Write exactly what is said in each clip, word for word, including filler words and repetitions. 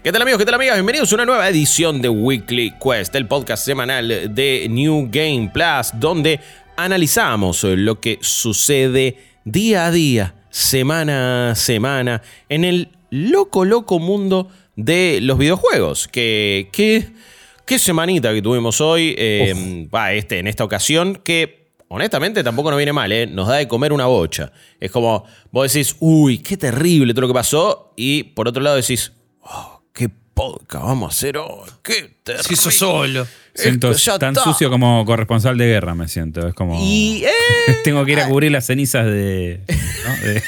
¿Qué tal amigos? ¿Qué tal amigas? Bienvenidos a una nueva edición de Weekly Quest, el podcast semanal de New Game Plus, donde analizamos lo que sucede día a día, semana a semana, en el loco, loco mundo de los videojuegos. Que, que, qué semanita que tuvimos hoy, eh, va, este, en esta ocasión, que honestamente tampoco nos viene mal, ¿eh? Nos da de comer una bocha. Es como, vos decís, uy, qué terrible todo lo que pasó, y por otro lado decís, oh, qué podcast vamos a hacer hoy, qué terrible. Si eso solo. Siento tan está. sucio como corresponsal de guerra, me siento. Es como. Y, eh, tengo que ir a cubrir las cenizas de. ¿no? de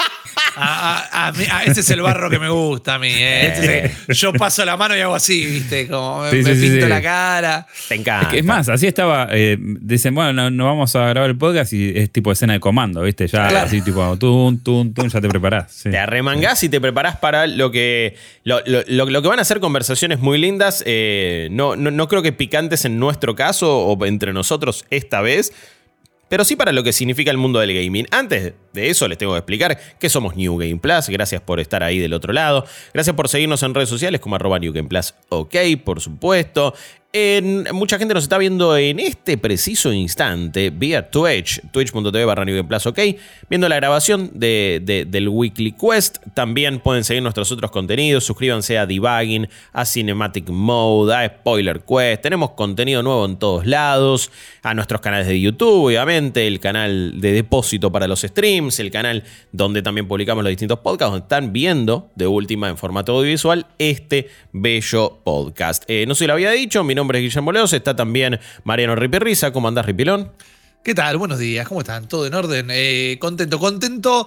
A, a, a, mí, a ese es el barro que me gusta a mí. ¿eh? Este es, yo paso la mano y hago así, ¿viste? Como me, sí, me sí, pinto sí. la cara. Te encanta. Es, que es más, así estaba. Eh, dicen, bueno, no, no vamos a grabar el podcast y es tipo escena de comando, ¿viste? Ya Claro. así, tipo, tum, tum, tum, ya te preparás. Sí. Te arremangás y te preparás para lo que lo, lo, lo, lo que van a ser conversaciones muy lindas. Eh, no, no, no creo que picantes en nuestro caso o entre nosotros esta vez, pero sí para lo que significa el mundo del gaming. Antes de eso les tengo que explicar que somos New Game Plus. Gracias por estar ahí del otro lado. Gracias por seguirnos en redes sociales como arroba New Game Plus, ok, por supuesto. En, mucha gente nos está viendo en este preciso instante vía Twitch, twitch.tv barra New Game Plus, ok, viendo la grabación de, de, del Weekly Quest. También pueden seguir nuestros otros contenidos. Suscríbanse a Debugging, a Cinematic Mode, a Spoiler Quest. Tenemos contenido nuevo en todos lados. A nuestros canales de YouTube, obviamente, el canal de depósito para los streams, el canal donde también publicamos los distintos podcasts, donde están viendo de última en formato audiovisual este bello podcast. Eh, no se lo había dicho, mi nombre Mi nombre es Guillermo Leos, está también Mariano Ripirriza. ¿Cómo andás, Ripilón? ¿Qué tal? Buenos días, ¿cómo están? ¿Todo en orden? Eh, contento, contento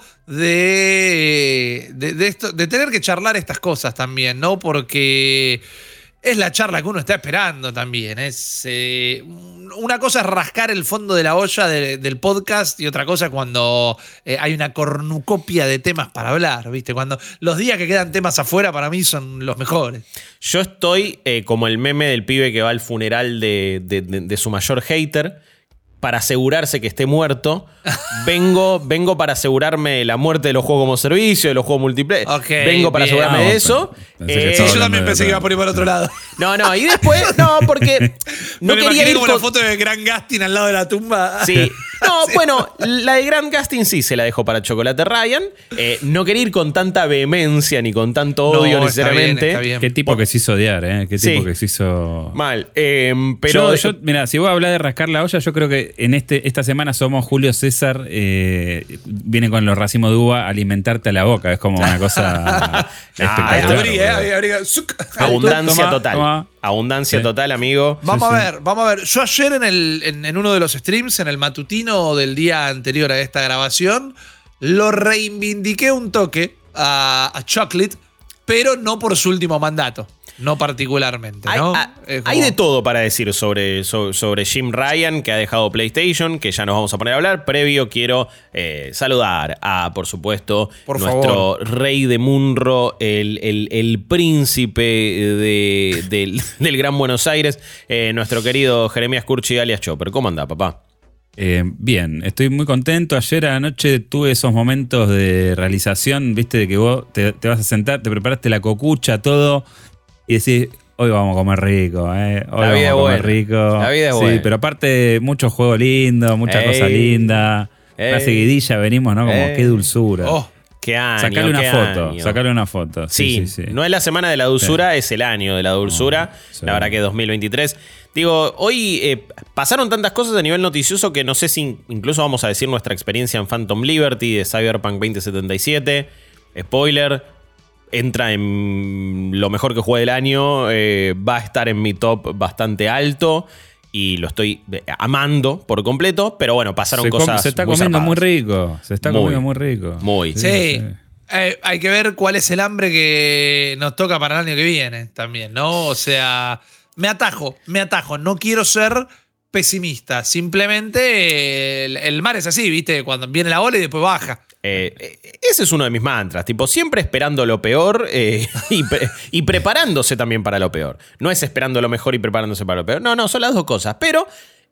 de, de, de, esto, de tener que charlar estas cosas también, ¿no? Porque es la charla que uno está esperando también. Es, eh, una cosa es rascar el fondo de la olla de, del podcast y otra cosa cuando eh, hay una cornucopia de temas para hablar, ¿viste? Cuando los días que quedan temas afuera para mí son los mejores. Yo estoy eh, como el meme del pibe que va al funeral de, de, de, de su mayor hater para asegurarse que esté muerto. Vengo, vengo para asegurarme la muerte de los juegos como servicio, de los juegos multiplayer. Okay, vengo para bien. asegurarme No, de eso. Eh, Sí, yo también pensé que iba por ir para otro lado. No, no, y después, no, porque no Me quería imaginé ir como con... la foto de Gran Gastin al lado de la tumba. Sí. No, bueno, la de Grant Gustin sí se la dejo para Chocolate Ryan. Eh, no quería ir con tanta vehemencia ni con tanto odio No, necesariamente. está bien, está bien. Qué tipo que se hizo odiar, ¿eh? Qué tipo Sí. que se hizo. Mal. Eh, pero yo, yo, mira, si voy a hablar de rascar la olla, yo creo que en este esta semana somos Julio César, eh, viene con los racimos de uva a alimentarte a la boca. Es como una cosa espectacular. Abrí, eh, abrí, abrí. abundancia Toma, total. toma. Abundancia Sí. total, amigo. Vamos Sí, a sí. ver, vamos a ver. Yo ayer en, el, en, en uno de los streams, en el matutino del día anterior a esta grabación, lo reivindiqué un toque a, a Chocolate, pero no por su último mandato. No particularmente, Hay, ¿no? hay- Es como- hay de todo para decir sobre, sobre, sobre Jim Ryan, que ha dejado PlayStation, que ya nos vamos a poner a hablar. Previo quiero eh, saludar a, por supuesto, Por nuestro rey de Munro, el, el, el príncipe de, del, del Gran Buenos Aires, eh, nuestro querido Jeremías Curchi, alias Chopper. ¿Cómo anda, papá? Eh, bien, estoy muy contento. Ayer a la noche tuve esos momentos de realización, viste, de que vos te, te vas a sentar, te preparaste la cocucha, todo, y decís, hoy vamos a comer rico, ¿eh? Hoy La vida vamos a comer es buena. rico. La vida es sí, buena. pero aparte, muchos juegos lindos, muchas Ey. cosas lindas. Ey. La seguidilla venimos, ¿no? Como Ey. qué dulzura. Oh, Qué año, Sacale una qué foto, año. sacale una foto. Sí, Sí, sí, sí. no es la semana de la dulzura, es el año de la dulzura. Oh, sí. La verdad que dos mil veintitrés. Digo, hoy eh, pasaron tantas cosas a nivel noticioso que no sé si in- incluso vamos a decir nuestra experiencia en Phantom Liberty de Cyberpunk veinte setenta y siete. Spoiler, entra en lo mejor que jugué del año, eh, va a estar en mi top bastante alto. Y lo estoy eh, amando por completo, pero bueno, pasaron se, com- cosas se está muy comiendo zarpadas. muy rico. Se está Muy, comiendo muy rico. muy. sí. Eh, hay que ver cuál es el hambre que nos toca para el año que viene también, ¿no? O sea, me atajo, me atajo. No quiero ser pesimista. Simplemente eh, el, el mar es así, ¿viste? Cuando viene la ola y después baja. Eh, ese es uno de mis mantras, tipo, siempre esperando lo peor eh, y, pre- y preparándose también para lo peor. No es esperando lo mejor y preparándose para lo peor. No, no, son las dos cosas. Pero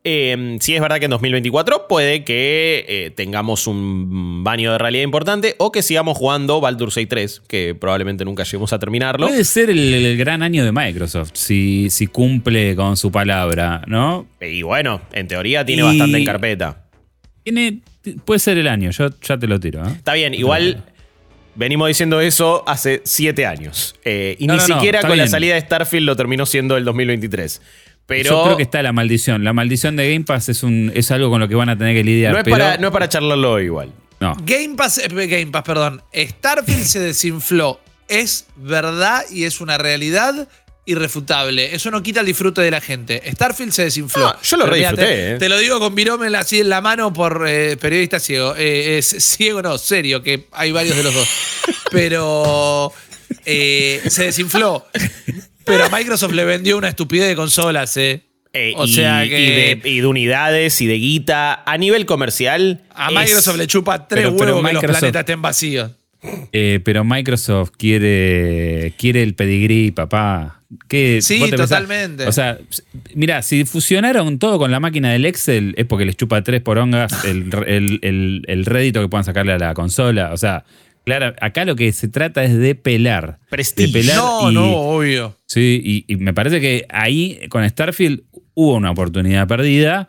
Eh, si es verdad que en dos mil veinticuatro puede que eh, tengamos un baño de realidad importante o que sigamos jugando Baldur's Gate tres, que probablemente nunca lleguemos a terminarlo. Puede ser el, el gran año de Microsoft, si, si cumple con su palabra, ¿no? Y bueno, en teoría tiene Y- bastante en carpeta. Tiene, puede ser el año, yo ya te lo tiro. ¿eh? Está bien, igual venimos diciendo eso hace siete años. Eh, y No, ni no, no, siquiera está con la bien. salida de Starfield lo terminó siendo el dos mil veintitrés. Pero Yo creo que está la maldición. La maldición de Game Pass es, un, es algo con lo que van a tener que lidiar. no, es pero, para, no es para charlarlo hoy igual. no. Game Pass, eh, Game Pass, perdón. Starfield se desinfló. Es verdad y es una realidad irrefutable. Eso no quita el disfrute de la gente. Starfield se desinfló. Ah, yo lo Pero re mirá, disfruté, te, eh. te lo digo con viromel así en la mano por eh, periodista ciego. Eh, es ciego, no, serio, que hay varios de los dos. Pero eh, se desinfló. Pero a Microsoft le vendió una estupidez de consolas, eh. Eh, o y, sea que y de, y de unidades y de guita. A nivel comercial. a es- Microsoft le chupa tres pero- pero huevos que los Microsoft- planetas estén vacíos. Eh, pero Microsoft quiere, quiere el pedigrí, papá. ¿Qué, Sí, vos te pensás- totalmente. o sea, mira, si fusionaron todo con la máquina del Excel es porque les chupa tres porongas el, el, el, el rédito que puedan sacarle a la consola. O sea, claro, acá lo que se trata es de pelar. Prestigio. De pelar No, y- no, obvio. Sí, y, y me parece que ahí con Starfield hubo una oportunidad perdida.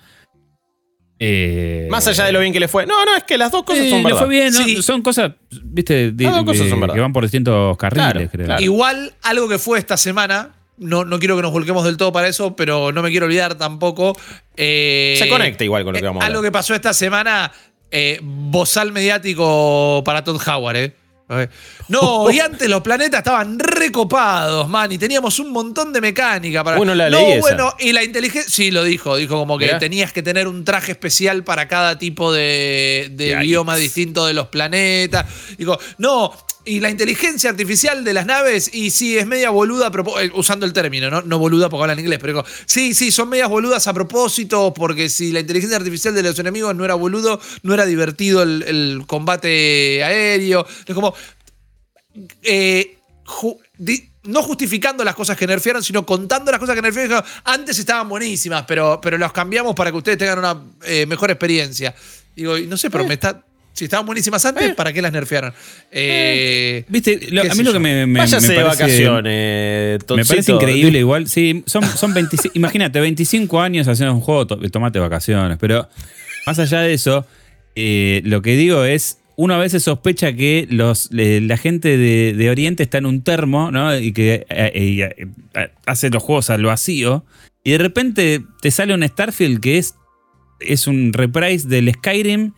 Eh, Más allá de lo bien que le fue. No, no, es que las dos cosas sí, son le verdad. fue bien, ¿no? Sí. Son cosas, viste, di- Las dos cosas eh, son verdad. que van por distintos carriles, Claro, creo. claro. Igual, algo que fue esta semana, no, no quiero que nos volquemos del todo para eso, pero no me quiero olvidar tampoco. eh, Se conecta igual con lo que eh, vamos a Algo hablar. que pasó esta semana, eh, bozal mediático para Todd Howard, ¿eh? Eh, No, y antes los planetas estaban recopados, man, y teníamos un montón de mecánica para. Bueno, la no, leí esa. bueno, y la inteligencia. Sí, lo dijo. Dijo como que Mirá. tenías que tener un traje especial para cada tipo de, de Yikes. bioma distinto de los planetas. Dijo, no. Y la inteligencia artificial de las naves, y sí, es media boluda, a propo- eh, usando el término, ¿no? No boluda porque hablan inglés, pero digo, sí, sí, son medias boludas a propósito, porque si la inteligencia artificial de los enemigos no era boludo, no era divertido el, el combate aéreo. Es como, eh, ju- di- no justificando las cosas que nerfearon, sino contando las cosas que nerfearon. Dijeron, antes estaban buenísimas, pero, pero las cambiamos para que ustedes tengan una eh, mejor experiencia. Digo, y no sé, pero me está... Si estaban buenísimas antes, ¿para qué las nerfearon? Eh, Viste, lo- qué a sé mí lo yo. que me, me, Váyase me de parece, vacaciones, me parece Toncito. increíble igual. Sí, son, son veinticinco, imagínate, veinticinco años haciendo un juego, to- tomate vacaciones. Pero más allá de eso, eh, lo que digo es, uno a veces sospecha que los, eh, la gente de, de Oriente está en un termo, ¿no? Y que eh, eh, eh, hace los juegos al vacío. Y de repente te sale un Starfield que es, es un reprise del Skyrim.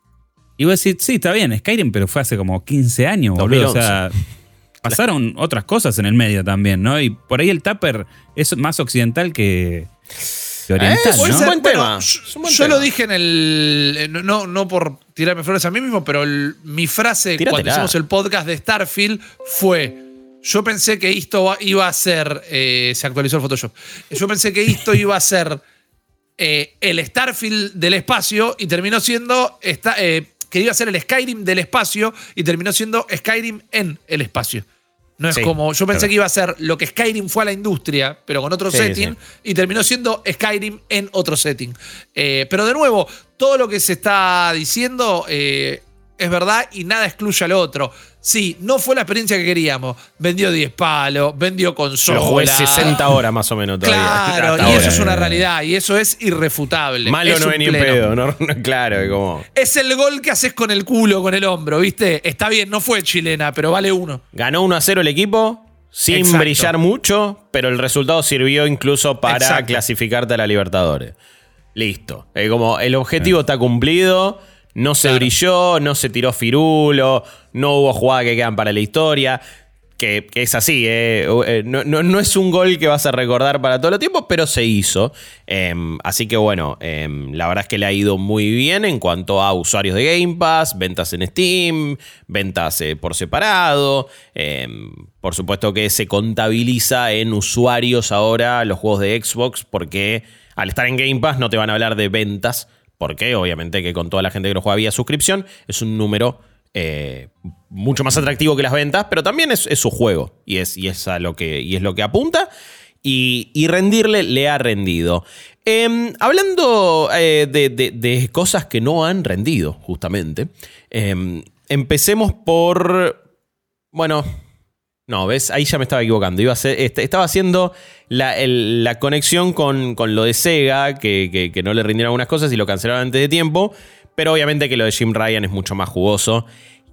Y vos decís, sí, está bien, Skyrim, pero fue hace como quince años, boludo. O sea, pasaron otras cosas en el medio también, ¿no? Y por ahí el Tupper es más occidental que, que oriental, Es Puede un ser, buen bueno, tema, Yo, es un buen yo tema. lo dije en el. eh, No, no por tirarme flores a mí mismo, pero el- mi frase Tíratela. cuando hicimos el podcast de Starfield fue. Yo pensé que esto va- iba a ser. eh, se actualizó el Photoshop. Yo pensé que esto iba a ser eh, el Starfield del espacio y terminó siendo. Esta, eh, que iba a ser el Skyrim del espacio y terminó siendo Skyrim en el espacio. No es Sí, como. Yo pensé claro. que iba a ser lo que Skyrim fue a la industria, pero con otro Sí, setting, sí. y terminó siendo Skyrim en otro setting. Eh, pero de nuevo, todo lo que se está diciendo eh, es verdad y nada excluye al otro. Sí, no fue la experiencia que queríamos. Vendió diez palos, vendió consola. Lo jugué sesenta horas más o menos todavía. Claro, Hasta y ahora. eso es una realidad, y eso es irrefutable. Malo Es no un es ni en pleno. pedo, ¿no? Claro, es como. Es el gol que haces con el culo, con el hombro, ¿viste? Está bien, no fue chilena, pero vale uno. Ganó uno a cero el equipo, sin Exacto. brillar mucho, pero el resultado sirvió incluso para Exacto. clasificarte a la Libertadores. Listo. Es como el objetivo está cumplido, no se Claro. brilló, no se tiró firulo, no hubo jugadas que quedan para la historia. Que, que es así, eh. Eh, no, no- no es un gol que vas a recordar para todo el tiempo, pero se hizo. Eh, así que bueno, eh, la verdad es que le ha ido muy bien en cuanto a usuarios de Game Pass, ventas en Steam, ventas eh, por separado. Eh, por supuesto que se contabiliza en usuarios ahora los juegos de Xbox, porque al estar en Game Pass no te van a hablar de ventas, porque obviamente que con toda la gente que lo juega vía suscripción es un número Eh, mucho más atractivo que las ventas, pero también es, es su juego y es, y es, a lo que, y es lo que apunta y, y rendirle le ha rendido. Eh, hablando eh, de, de, de cosas que no han rendido, justamente, eh, empecemos por... Bueno, no, ¿ves? Ahí ya me estaba equivocando. Iba a hacer, est- estaba haciendo la, el- la conexión con, con lo de Sega, que, que, que no le rindieron algunas cosas y lo cancelaron antes de tiempo, pero obviamente que lo de Jim Ryan es mucho más jugoso.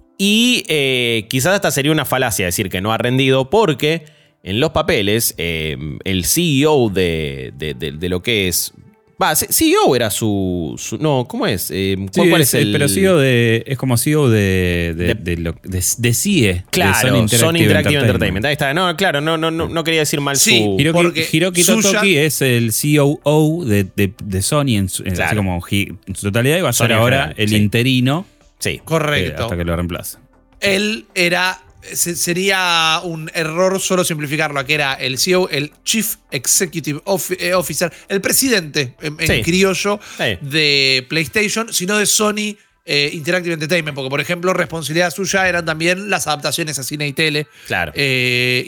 Y eh, quizás hasta sería una falacia decir que no ha rendido, porque en los papeles eh, el C E O de, de, de, de lo que es... Va, C E O era su... su no, ¿cómo es? Eh, ¿cuál, Sí, cuál es, es el...? pero C E O de, es como C E O de, de, De- de, lo- de, de C I E. Claro, de Sony Interactive, Entertainment. Entertainment. Ahí está. No, claro, no, no, no, no quería decir mal Sí, su... Hiroki, Porque Hiroki suya- Totoki es el C O O de, de, de Sony en su, en- Claro. así como hi- en su totalidad, y va a Sony ser en ahora general, el sí. interino Sí. eh, Correcto. hasta que lo reemplace. Él era. se- Sería un error solo simplificarlo a que era el C E O, el Chief Executive Offi- eh, Officer, el presidente en, en Sí. criollo Sí. de PlayStation, sino de Sony eh, Interactive Entertainment, porque por ejemplo responsabilidad suya eran también las adaptaciones a cine y tele. Claro. Eh,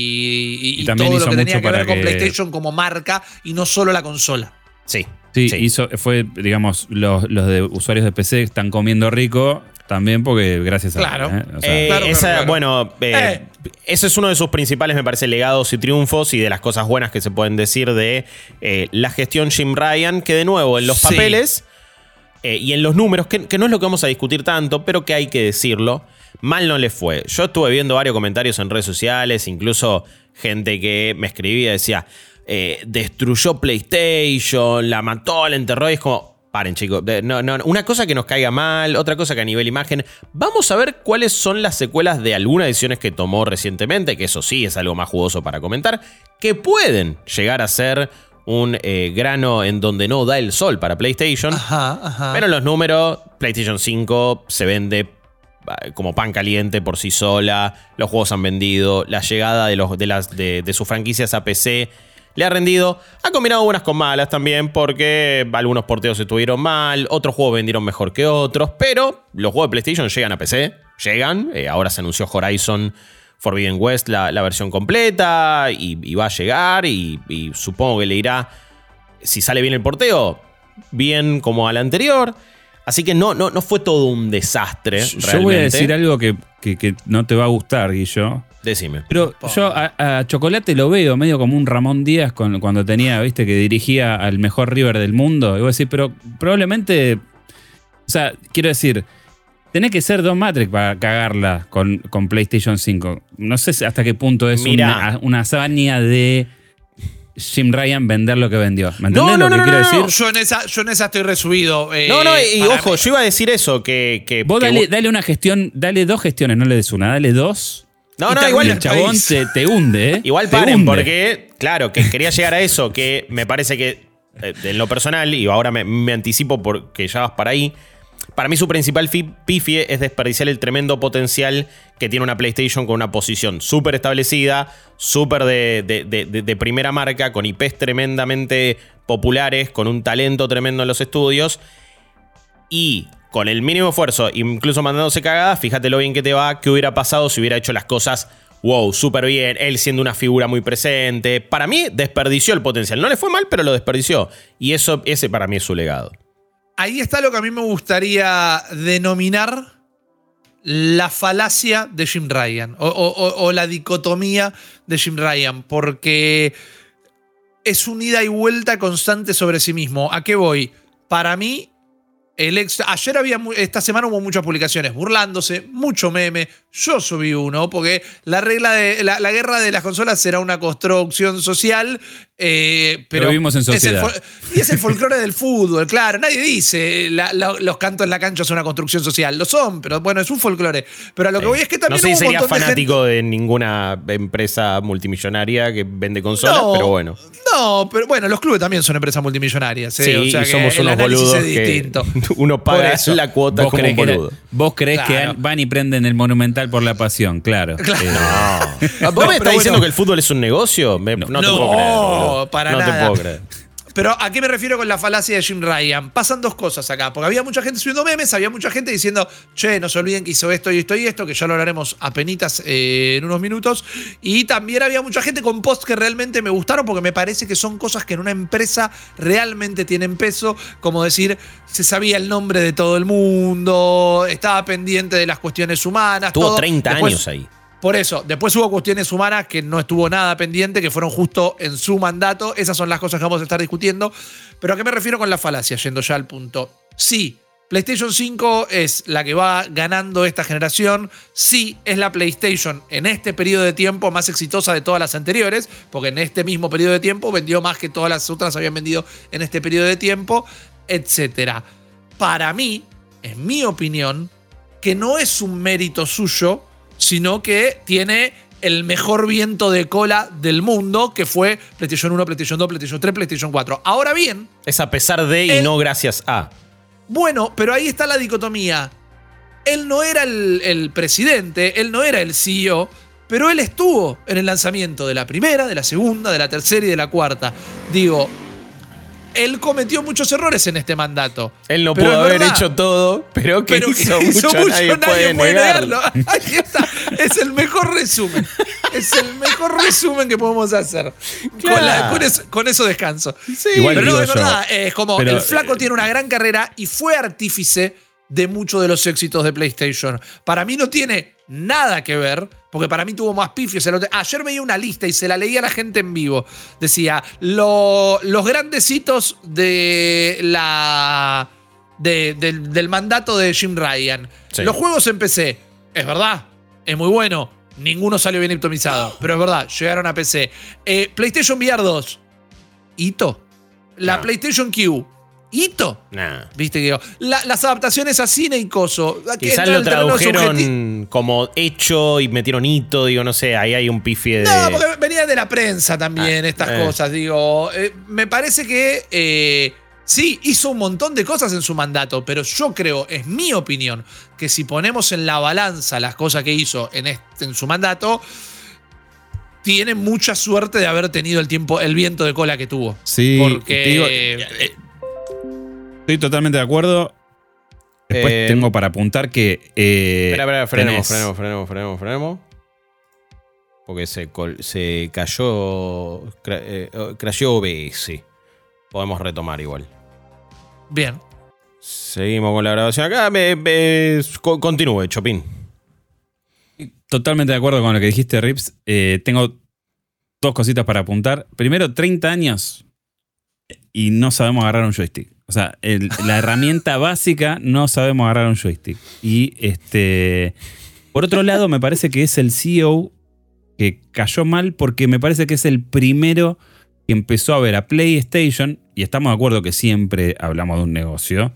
y, y- Y y también todo lo hizo que tenía mucho que ver para con que- PlayStation como marca y no solo la consola. Sí. Sí, Sí. hizo, fue, digamos, los, los de usuarios de P C están comiendo rico también porque gracias a Claro. él, ¿eh? O sea, Eh, claro, esa, claro, claro. Bueno, eh, ese es uno de sus principales, me parece, legados y triunfos y de las cosas buenas que se pueden decir de eh, la gestión Jim Ryan, que de nuevo en los Sí. papeles eh, y en los números, que, que no es lo que vamos a discutir tanto, pero que hay que decirlo, mal no le fue. Yo estuve viendo varios comentarios en redes sociales, incluso gente que me escribía y decía, eh, destruyó PlayStation, la mató, la enterró, y es como... Paren, chicos. No, no, una cosa que nos caiga mal, otra cosa que a nivel imagen. Vamos a ver cuáles son las secuelas de algunas decisiones que tomó recientemente, que eso sí es algo más jugoso para comentar, que pueden llegar a ser un eh, grano en donde no da el sol para PlayStation. Ajá, ajá. Pero en los números, PlayStation cinco se vende eh, como pan caliente por sí sola. Los juegos han vendido. La llegada de, los, de, las, de, de sus franquicias a P C le ha rendido. Ha combinado unas con malas también, porque algunos porteos estuvieron mal, otros juegos vendieron mejor que otros, pero los juegos de PlayStation llegan a P C, llegan. Eh, ahora se anunció Horizon Forbidden West, la, la versión completa, y, y va a llegar, y, y supongo que le irá, si sale bien el porteo, bien como al anterior. Así que no, no, no fue todo un desastre. yo realmente. voy a decir algo que, que, que no te va a gustar, Guillo. Decime. Pero yo a, a Chocolate lo veo medio como un Ramón Díaz con- cuando tenía, viste, que dirigía al mejor River del mundo. Y voy a decir, pero probablemente. O sea, quiero decir, tenés que ser Don Matrix para cagarla con, con PlayStation cinco. No sé si hasta qué punto es Mirá. una, una hazaña de Jim Ryan vender lo que vendió. ¿Me No, entendés no, lo que no, quiero no, no. decir? Yo en esa, yo en esa estoy resubido. eh, No, no, y para ojo, mí- yo iba a decir eso, que... que Vos que dale, vos- dale una gestión, dale dos gestiones, no le des una, dale dos. No, y no, termina igual... Y el chabón país. te, te hunde, ¿eh? Igual Te paren, hunde. porque, claro, que quería llegar a eso, que me parece que, eh, en lo personal, y ahora me, me anticipo porque ya vas para ahí, para mí su principal fi- pifie es desperdiciar el tremendo potencial que tiene una PlayStation con una posición súper establecida, súper de, de- de- de- de primera marca, con I Pes tremendamente populares, con un talento tremendo en los estudios, y con el mínimo esfuerzo, incluso mandándose cagadas, fíjate lo bien que te va, qué hubiera pasado si hubiera hecho las cosas, wow, súper bien, él siendo una figura muy presente. Para mí, desperdició el potencial. No le fue mal, pero lo desperdició. Y eso, ese para mí es su legado. Ahí está lo que a mí me gustaría denominar la falacia de Jim Ryan o, o- o- o la dicotomía de Jim Ryan, porque es un ida y vuelta constante sobre sí mismo. ¿A qué voy? Para mí, el ex, ayer había, mu- esta semana hubo muchas publicaciones burlándose, mucho meme. Yo subí uno, porque la regla de la, la guerra de las consolas será una construcción social, eh, pero Lo vivimos en es el sociedad. fol- y es el folclore del fútbol, claro. Nadie dice la- la- los cantos en la cancha son una construcción social. Lo son, pero bueno, es un folclore. Pero a lo que voy es que No también sé si hubo un sería montón de fanático de ninguna empresa multimillonaria que vende consolas, No, pero bueno. No, pero bueno, los clubes también son empresas multimillonarias. ¿eh? Sí, O sea y que somos el unos análisis boludos es que distinto. uno Por paga eso. la cuota ¿Vos como creés, un que, boludo. vos creés Claro. que van y prenden el Monumental por la pasión, claro. Claro. Eh, ¿Vos No, me pero estás diciendo bueno. que el fútbol es un negocio? Me- no, te No, puedo creer. boludo. para no nada. te puedo creer. Pero ¿a qué me refiero con la falacia de Jim Ryan? Pasan dos cosas acá, porque había mucha gente subiendo memes, había mucha gente diciendo, che, no se olviden que hizo esto y esto y esto, que ya lo hablaremos apenitas eh, en unos minutos. Y también había mucha gente con posts que realmente me gustaron, porque me parece que son cosas que en una empresa realmente tienen peso, como decir, se sabía el nombre de todo el mundo, estaba pendiente de las cuestiones humanas. Tuvo todo. treinta Después, años ahí. Por eso, después hubo cuestiones humanas que no estuvo nada pendiente, que fueron justo en su mandato. Esas son las cosas que vamos a estar discutiendo. Pero ¿a qué me refiero con la falacia? Yendo ya al punto. Sí, PlayStation cinco es la que va ganando esta generación. Sí, es la PlayStation en este periodo de tiempo más exitosa de todas las anteriores, porque en este mismo periodo de tiempo vendió más que todas las otras habían vendido en este periodo de tiempo, etcétera. Para mí, en mi opinión, que no es un mérito suyo, sino que tiene el mejor viento de cola del mundo, que fue PlayStation uno, PlayStation dos, PlayStation tres, PlayStation cuatro. Ahora bien... Es a pesar de y él, no gracias a. Bueno, pero ahí está la dicotomía. Él no era el, el presidente, él no era el C E O, pero él estuvo en el lanzamiento de la primera, de la segunda, de la tercera y de la cuarta. Digo... Él cometió muchos errores en este mandato. Él no pero pudo haber verdad, hecho todo, pero que pero hizo, que mucho, hizo mucho, nadie, nadie puede, puede negarlo. negarlo. Ahí está. Es el mejor resumen. Es el mejor resumen que podemos hacer. Claro. Con, la, con, eso, con eso descanso. Sí, Igual pero no, digo es yo, verdad. Es como pero, el flaco eh, tiene una gran carrera y fue artífice de muchos de los éxitos de PlayStation. Para mí no tiene nada que ver, porque para mí tuvo más pifios. Ayer veía una lista y se la leía a la gente en vivo. Decía, lo, los grandes hitos de la, de, de, del mandato de Jim Ryan. Sí. Los juegos en P C, es verdad, es muy bueno. Ninguno salió bien optimizado, pero es verdad, llegaron a P C. Eh, PlayStation V R dos, hito. La No. PlayStation Q, hito. Nah. Viste que la, las adaptaciones a cine y coso. que Quizás entra lo en el terreno subjetivo. tradujeron como hecho y metieron hito, digo, no sé, ahí hay un pifie de... No, porque venía de la prensa también Ah, estas eh. cosas. Digo, eh, me parece que eh, sí, hizo un montón de cosas en su mandato, pero yo creo, es mi opinión, que si ponemos en la balanza las cosas que hizo en, este, en su mandato, tiene mucha suerte de haber tenido el tiempo, el viento de cola que tuvo. Sí, Porque te digo, eh, estoy totalmente de acuerdo. Después Eh, tengo para apuntar que. Eh, Espera, espera, frenemos, tenés- frenemos, frenemos, frenemos, frenemos. Porque se, col- se cayó. Cra eh, crasheó O B S. Podemos retomar igual. Bien. Seguimos con la grabación acá. Me, me- co- continúe, Chopin. Totalmente de acuerdo con lo que dijiste, Rips. Eh, tengo dos cositas para apuntar. Primero, treinta años y no sabemos agarrar un joystick. O sea, el- la herramienta básica no sabemos agarrar un joystick. Y este, por otro lado, me parece que es el C E O que cayó mal porque me parece que es el primero que empezó a ver a PlayStation, y estamos de acuerdo que siempre hablamos de un negocio,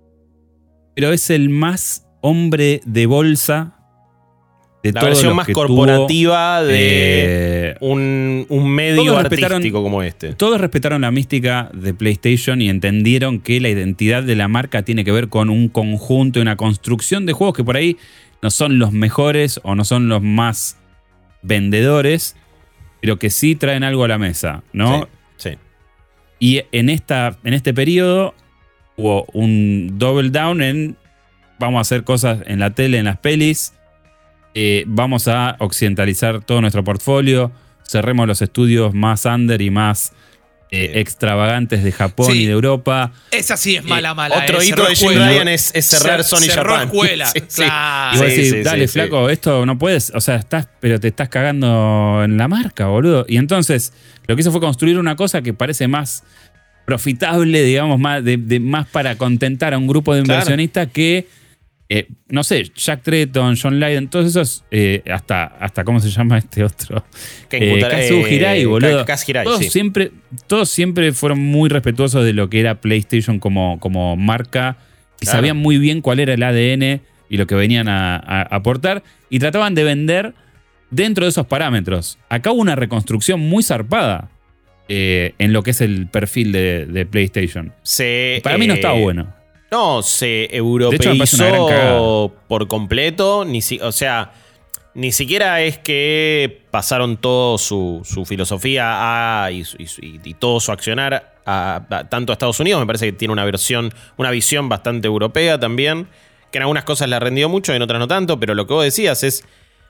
pero es el más hombre de bolsa de La todos versión los más que corporativa tuvo, de eh, un, un medio todos respetaron- artístico como este. Todos respetaron la mística de PlayStation y entendieron que la identidad de la marca tiene que ver con un conjunto y una construcción de juegos que por ahí no son los mejores o no son los más vendedores, pero que sí traen algo a la mesa, ¿no? Sí, sí. Y en, esta, en este periodo hubo un double down en vamos a hacer cosas en la tele, en las pelis, eh, vamos a occidentalizar todo nuestro portfolio, cerremos los estudios más under y más eh, Sí. extravagantes de Japón Sí. y de Europa. Esa sí es mala, mala. Otro eh, hito cerró de Jim escuela. Ryan es, es cerrar Cer- Sony cerró Japan. escuela. Sí, sí. Claro. Y vos Sí, decís, sí, dale, sí, flaco, esto no puedes, o sea, estás, pero te estás cagando en la marca, boludo. Y entonces, lo que hizo fue construir una cosa que parece más profitable, digamos, más, de, de- más para contentar a un grupo de Claro. inversionistas que, eh, no sé, Jack Tretton, John Lydon, todos esos, eh, hasta, hasta, ¿cómo se llama este otro? Que Eh, Kutara- Kazuo eh, Hirai, boludo. Ka- Kaz Hirai, todos, sí. siempre, todos siempre fueron muy respetuosos de lo que era PlayStation como, como marca y Claro. sabían muy bien cuál era el A D N y lo que venían a, a aportar y trataban de vender dentro de esos parámetros. Acá hubo una reconstrucción muy zarpada eh, en lo que es el perfil de, de PlayStation. Se, Para mí no eh, estaba bueno. No, se hecho, me parece una gran europeizó cagada. por completo. Ni si, o sea, ni siquiera es que pasaron toda su, su filosofía a, y, y, y todo su accionar a, a, tanto a Estados Unidos. Me parece que tiene una versión, una visión bastante europea también, que en algunas cosas le ha rendido mucho y en otras no tanto, pero lo que vos decías es,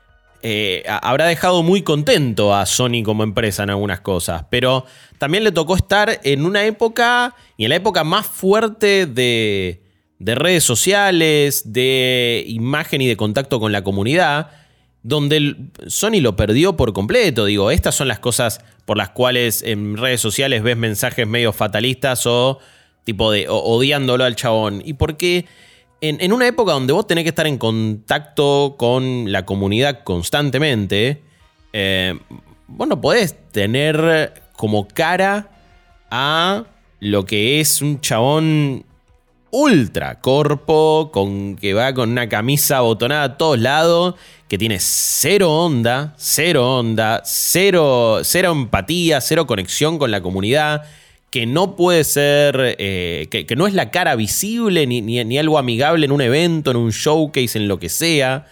eh, habrá dejado muy contento a Sony como empresa en algunas cosas, pero también le tocó estar en una época, y en la época más fuerte de, de redes sociales, de imagen y de contacto con la comunidad, donde el Sony lo perdió por completo. Digo, estas son las cosas por las cuales en redes sociales ves mensajes medio fatalistas o tipo de o, odiándolo al chabón. Y porque en, en una época donde vos tenés que estar en contacto con la comunidad constantemente, eh, vos no podés tener como cara a lo que es un chabón ultra corpo, con, que va con una camisa botonada a todos lados, que tiene cero onda, cero onda, cero, cero empatía, cero conexión con la comunidad, que no puede ser, eh, que, que no es la cara visible ni, ni, ni algo amigable en un evento, en un showcase, en lo que sea.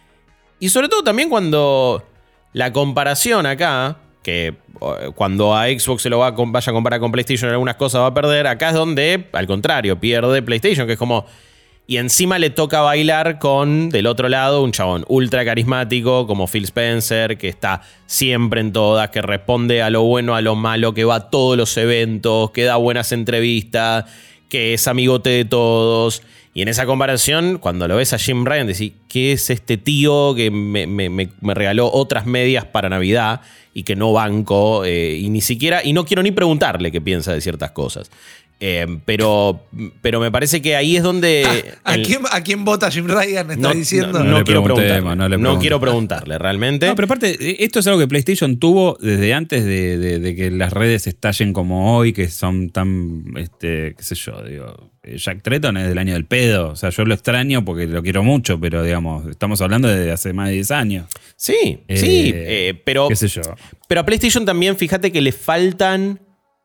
Y sobre todo también cuando la comparación acá, que cuando a Xbox se lo va a, vaya a comparar con PlayStation en algunas cosas va a perder, acá es donde, al contrario, pierde PlayStation, que es como... Y encima le toca bailar con, del otro lado, un chabón ultra carismático como Phil Spencer, que está siempre en todas, que responde a lo bueno, a lo malo, que va a todos los eventos, que da buenas entrevistas, que es amigote de todos. Y en esa comparación, cuando lo ves a Jim Ryan, decís, ¿qué es este tío que me, me, me, me regaló otras medias para Navidad y que no banco? Eh, y ni siquiera, y no quiero ni preguntarle qué piensa de ciertas cosas. Eh, pero, pero me parece que ahí es donde... ¿A, el, quién, ¿A quién vota Jim Ryan? ¿Está no, diciendo? No, no, No no le quiero preguntarle. no le no quiero preguntarle, realmente. No, pero aparte, esto es algo que PlayStation tuvo desde antes de, de, de que las redes estallen como hoy, que son tan, este, qué sé yo, digo, Jack Tretton es del año del pedo. O sea, yo lo extraño porque lo quiero mucho, pero digamos, estamos hablando de hace más de diez años. Sí, Eh, sí, eh, pero, qué sé yo. pero a PlayStation también, fíjate que le faltan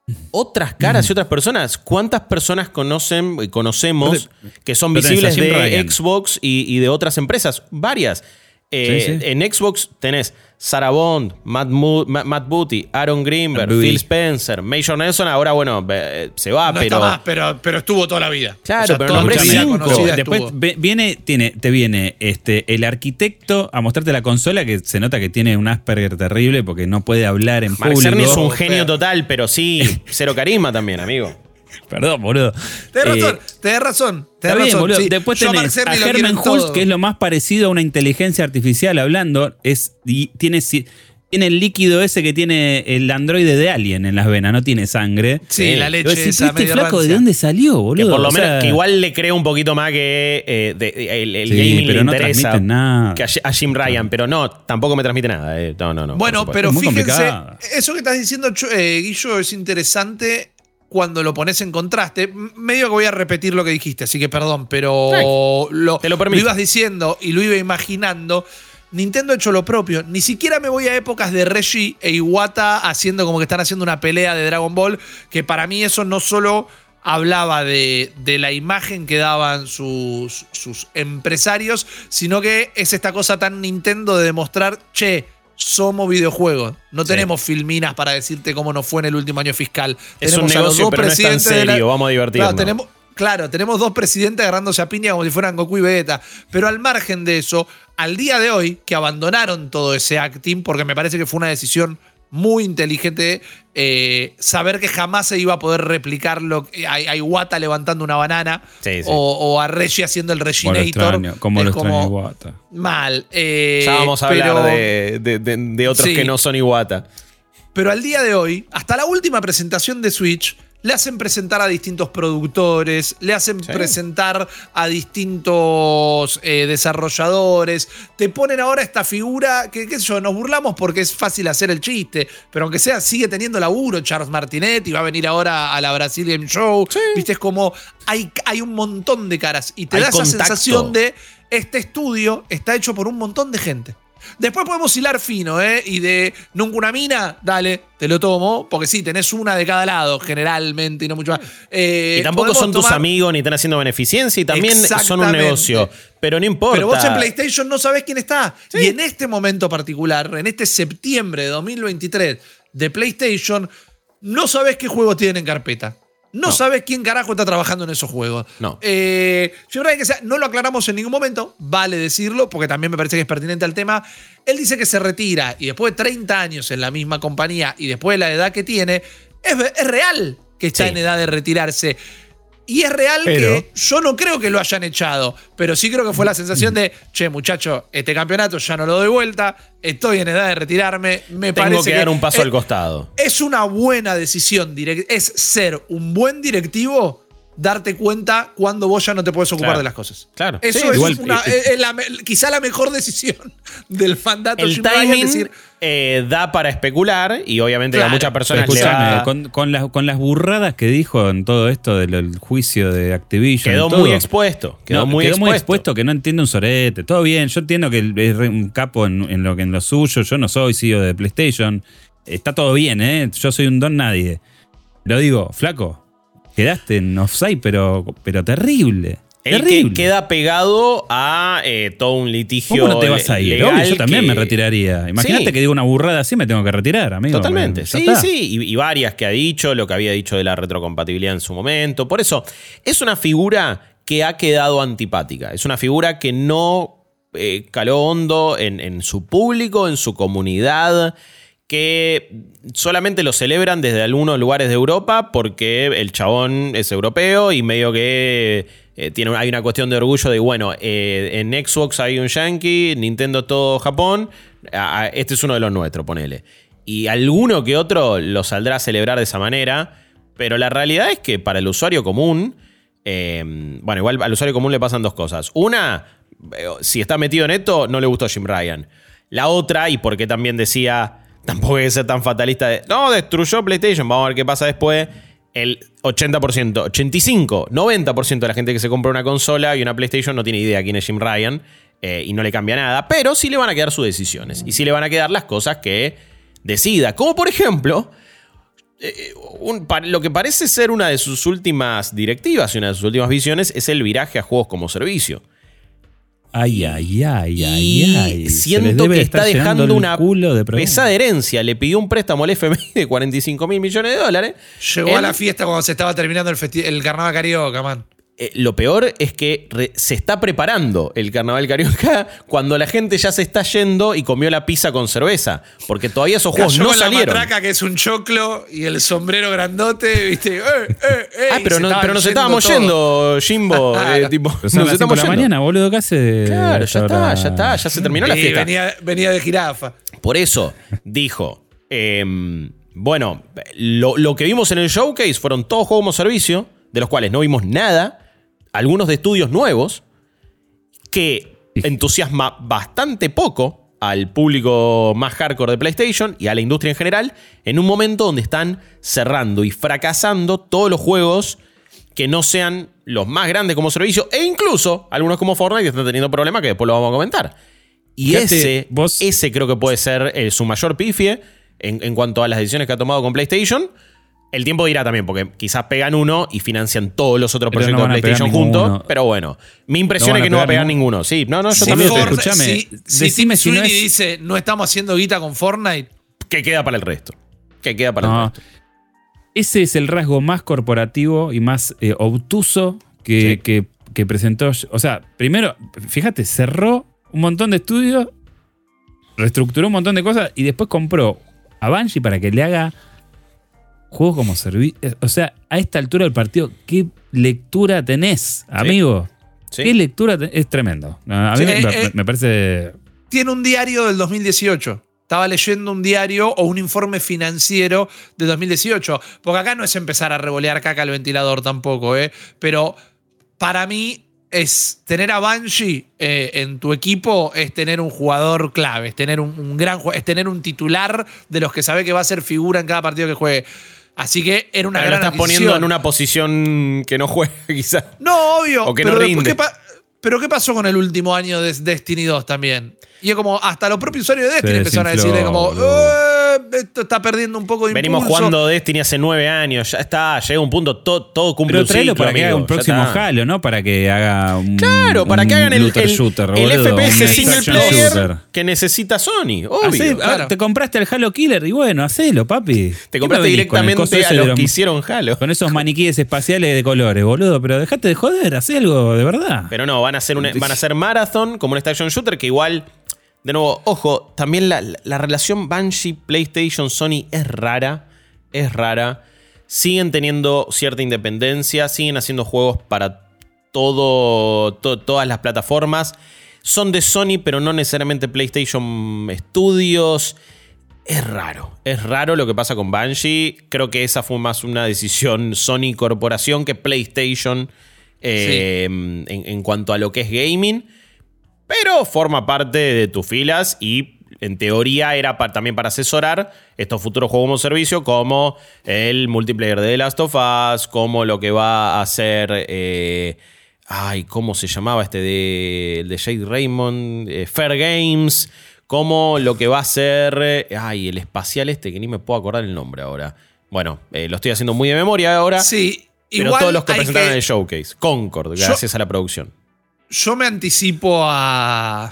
otras caras y otras personas. ¿Cuántas personas conocen, conocemos que son visibles de Ryan. Xbox y, y de otras empresas? Varias. Eh, Sí, sí. En Xbox tenés Sarah Bond, Matt, Mo- Matt, Matt Booty, Aaron Greenberg, Booty. Phil Spencer, Major Nelson. Ahora, bueno, eh, se va, No pero... está más, pero, pero estuvo toda la vida. Claro, pero toda nombré la vida cinco. conocida Después estuvo. ve- viene, tiene, te viene este, el arquitecto a mostrarte la consola, que se nota que tiene un Asperger terrible porque no puede hablar en Mark público. Cerny es un Oh, genio feo. total, pero sí, cero carisma también, amigo. Perdón, boludo. Tenés Eh, razón, tenés razón. Está Tenés bien, razón. boludo. Sí, Después yo a Mark tenés a Cerny lo quiero en Herman Hulst, todo. que es lo más parecido a una inteligencia artificial hablando. Es, y tiene, si- tiene el líquido ese que tiene el androide de Alien en las venas, no tiene sangre. Sí, la Y leche vos decís, esa "Este medio flaco, ¿de rancia". dónde salió, boludo?" Que por lo O menos, sea, que igual le creo un poquito más que eh, de- de- el, el Sí, gaming le pero no interesa transmiten nada. que a, a Jim Ryan, pero no, tampoco me transmite nada. eh. No, no, no. Bueno, por supuesto. pero Es muy fíjense, complicada. eso que estás diciendo, Cho- eh, Guillo, es interesante cuando lo pones en contraste. M- Medio que voy a repetir lo que dijiste, así que perdón, pero lo, te lo permito. ibas diciendo y lo iba imaginando. Nintendo ha hecho lo propio. Ni siquiera me voy a épocas de Reggie e Iwata haciendo como que están haciendo una pelea de Dragon Ball, que para mí eso no solo hablaba de, de la imagen que daban sus, sus empresarios, sino que es esta cosa tan Nintendo de demostrar, che, somos videojuegos. No Sí. tenemos filminas para decirte cómo nos fue en el último año fiscal. Es tenemos un a los negocio, dos pero no es tan presidentes de la- serio, vamos a divertirnos. Claro, tenemos, claro, tenemos dos presidentes agarrándose a piña como si fueran Goku y Vegeta. Pero al margen de eso, al día de hoy, que abandonaron todo ese acting, porque me parece que fue una decisión muy inteligente, eh, saber que jamás se iba a poder replicar lo, a, a Iwata levantando una banana, Sí, sí. O, o a Reggie haciendo el Como lo Reginator. extraño, como Es lo extraño como Iwata. mal. eh, Ya vamos a pero- hablar de, de- de- de otros Sí. que no son Iwata. Pero al día de hoy, hasta la última presentación de Switch, le hacen presentar a distintos productores, le hacen Sí. presentar a distintos eh, desarrolladores. Te ponen ahora esta figura que, qué sé yo, nos burlamos porque es fácil hacer el chiste, pero aunque sea, sigue teniendo laburo Charles Martinetti, va a venir ahora a la Brasil Game Show. Viste, es como hay, hay un montón de caras y te Hay da esa contacto. sensación de este estudio está hecho por un montón de gente. Después podemos hilar fino, ¿eh? Y de nunca una mina, dale, te lo tomo. Porque sí, tenés una de cada lado, generalmente, y no mucho más. Eh, y tampoco son tus tomar... amigos ni están haciendo beneficencia y también son un negocio. Pero no importa. Pero vos en PlayStation no sabés quién está. Sí. Y en este momento particular, en este septiembre de dos mil veintitrés de PlayStation, no sabés qué juegos tienen en carpeta. No, no sabes quién carajo está trabajando en esos juegos. No. Eh, yo creo que sea, no lo aclaramos en ningún momento, vale decirlo, porque también me parece que es pertinente al tema. Él dice que se retira y después de treinta años en la misma compañía y después de la edad que tiene, es, es real que está Sí. en edad de retirarse. Y es real Pero- que yo no creo que lo hayan echado, pero sí creo que fue la sensación de, che, muchacho, este campeonato ya no lo doy vuelta, estoy en edad de retirarme, me Tengo parece que dar un paso es, al costado. es una buena decisión, direct- es ser un buen directivo, darte cuenta cuando vos ya no te puedes ocupar Claro. de las cosas. Claro. Eso Sí, es, igual, una- eh, es la me- quizá la mejor decisión del mandato El Jim Ryan, timing decir, eh, da para especular y obviamente Claro, a muchas personas le Escúchame, va- con, con las, con las burradas que dijo en todo esto del el juicio de Activision. quedó y todo, muy expuesto. Quedó, no, muy, quedó expuesto. muy expuesto que no entiende un sorete. Todo bien, yo entiendo que él es re- un capo en, en lo, que- en lo suyo. Yo no soy C E O de PlayStation. Está todo bien, ¿eh? Yo soy un don nadie. Lo digo, flaco, quedaste en offside, pero, pero terrible. El terrible. que queda pegado a eh, todo un litigio ¿Cómo no te vas a ir? legal Obvio, yo también que- me retiraría. Imagínate Sí. que digo una burrada así, me tengo que retirar, amigo. Totalmente, Ya sí, está. sí, y, y varias que ha dicho, lo que había dicho de la retrocompatibilidad en su momento. Por eso, es una figura que ha quedado antipática. Es una figura que no eh, caló hondo en, en su público, en su comunidad, que solamente lo celebran desde algunos lugares de Europa porque el chabón es europeo y medio que eh, tiene, hay una cuestión de orgullo de, bueno, eh, en Xbox hay un yankee, Nintendo todo Japón, a- a- este es uno de los nuestros, ponele. Y alguno que otro lo saldrá a celebrar de esa manera, pero la realidad es que para el usuario común, eh, bueno, igual al usuario común le pasan dos cosas. Una, eh, si está metido en esto, no le gustó Jim Ryan. La otra, y porque también decía, tampoco hay que ser tan fatalista de, no, destruyó PlayStation, vamos a ver qué pasa después. El ochenta por ciento, ochenta y cinco por ciento, noventa por ciento de la gente que se compra una consola y una PlayStation no tiene idea quién es Jim Ryan eh, y no le cambia nada, pero sí le van a quedar sus decisiones y sí le van a quedar las cosas que decida. Como por ejemplo, eh, un, pa- lo que parece ser una de sus últimas directivas y una de sus últimas visiones es el viraje a juegos como servicio. Ay, ay, ay, ay, Y ay. Se les siento debe que estar está llenando dejando el una culo de preguntas. pesada herencia. Le pidió un préstamo al F M I de cuarenta y cinco mil millones de dólares. llegó Él- a la fiesta cuando se estaba terminando el, festi- el carnaval carioca, man. Eh, lo peor es que re- se está preparando el carnaval carioca cuando la gente ya se está yendo y comió la pizza con cerveza. Porque todavía esos juegos Cayó no con salieron. la matraca que es un choclo y el sombrero grandote, ¿viste? Eh, eh, eh, Ah, y pero, se no- estaban pero nos yendo estábamos todos. yendo, Jimbo. eh, tipo, Pero son nos las cinco estamos de la yendo. mañana, boludo, ¿qué hace? Claro, ya está, ahora? ya está, ya se terminó la Y fiesta. venía, venía de jirafa. Por eso dijo, em, bueno, lo, lo que vimos en el showcase fueron todos juegos como servicio, de los cuales no vimos nada, algunos de estudios nuevos, que entusiasma bastante poco al público más hardcore de PlayStation y a la industria en general, en un momento donde están cerrando y fracasando todos los juegos que no sean los más grandes como servicio, e incluso algunos como Fortnite que están teniendo problemas que después lo vamos a comentar. Y Fíjate, ese, vos- ese creo que puede ser eh, su mayor pifie en, en cuanto a las decisiones que ha tomado con PlayStation. El tiempo dirá también, porque quizás pegan uno y financian todos los otros Pero proyectos no van de a pegar PlayStation juntos. ninguno. Pero bueno, mi impresión No van es a que no va a pegar pegar ninguno. Sí, no, no, yo Sí, también. Fortnite- Fortnite- escúchame, si, si decime Tim si no Sweeney es- dice, no estamos haciendo guita con Fortnite, Que queda para el resto. Que queda para el No, resto. ese es el rasgo más corporativo y más eh, obtuso que, Sí. que- que presentó. O sea, primero, fíjate, cerró un montón de estudios, reestructuró un montón de cosas y después compró a Bungie para que le haga juegos como servicio. O sea, a esta altura del partido, ¿qué lectura tenés, amigo? Sí. ¿Qué lectura tenés? Es tremendo. A mí Sí, me, eh, me- eh. me parece... tiene un diario del dos mil dieciocho. Estaba leyendo un diario o un informe financiero de dos mil dieciocho. Porque acá no es empezar a revolear caca al ventilador tampoco, ¿eh? Pero para mí es tener a Bungie eh, en tu equipo es tener un jugador clave, es tener un, un gran jue- es tener un titular de los que sabe que va a ser figura en cada partido que juegue. Así que era una Pero lo gran estás poniendo adquisición. en una posición que no juega, quizás. No, obvio. O que pero no después, rinde. ¿qué pa- pero ¿qué pasó con el último año de Destiny dos también? Y es como, hasta los propios usuarios de Destiny Se empezaron a desinfló, decirle como, eh, esto está perdiendo un poco de Venimos impulso. jugando Destiny hace nueve años, ya está, llega un punto, todo, todo cumple Pero un tráelo ciclo, para que amigo, haga un ya próximo está. Halo, ¿no? Para que haga un. Claro, para un que hagan el, looter el, shooter, el boludo, F P S un single extraction player shooter. que necesita Sony, obvio. Hacé- ah, claro. Te compraste el Halo Killer y bueno, hacelo, papi. Te ¿Qué compraste me venís con el coso directamente ese a de los que hicieron Halo. Con esos maniquíes espaciales de colores, boludo. Pero dejate de joder, hacé algo de verdad. Pero no, van a hacer, una, van a hacer Marathon como un extraction shooter que igual, de nuevo, ojo, también la, la relación Bungie, PlayStation, Sony es rara, es rara. Siguen teniendo cierta independencia, siguen haciendo juegos para todo, to, todas las plataformas. Son de Sony, pero no necesariamente PlayStation Studios. Es raro, es raro lo que pasa con Bungie. Creo que esa fue más una decisión Sony Corporación que PlayStation eh, sí. en, en cuanto a lo que es gaming. Pero forma parte de tus filas y en teoría era para, también para asesorar estos futuros juegos como servicio, como el multiplayer de The Last of Us, como lo que va a hacer... Eh, ay, ¿cómo se llamaba este de, de Jade Raymond? Eh, Fair Games, como lo que va a ser... Eh, ay, el espacial este, que ni me puedo acordar el nombre ahora. Bueno, eh, lo estoy haciendo muy de memoria ahora. Sí, pero igual todos los que presentaron que... en el showcase. Concord, gracias Yo... a la producción. Yo me anticipo a,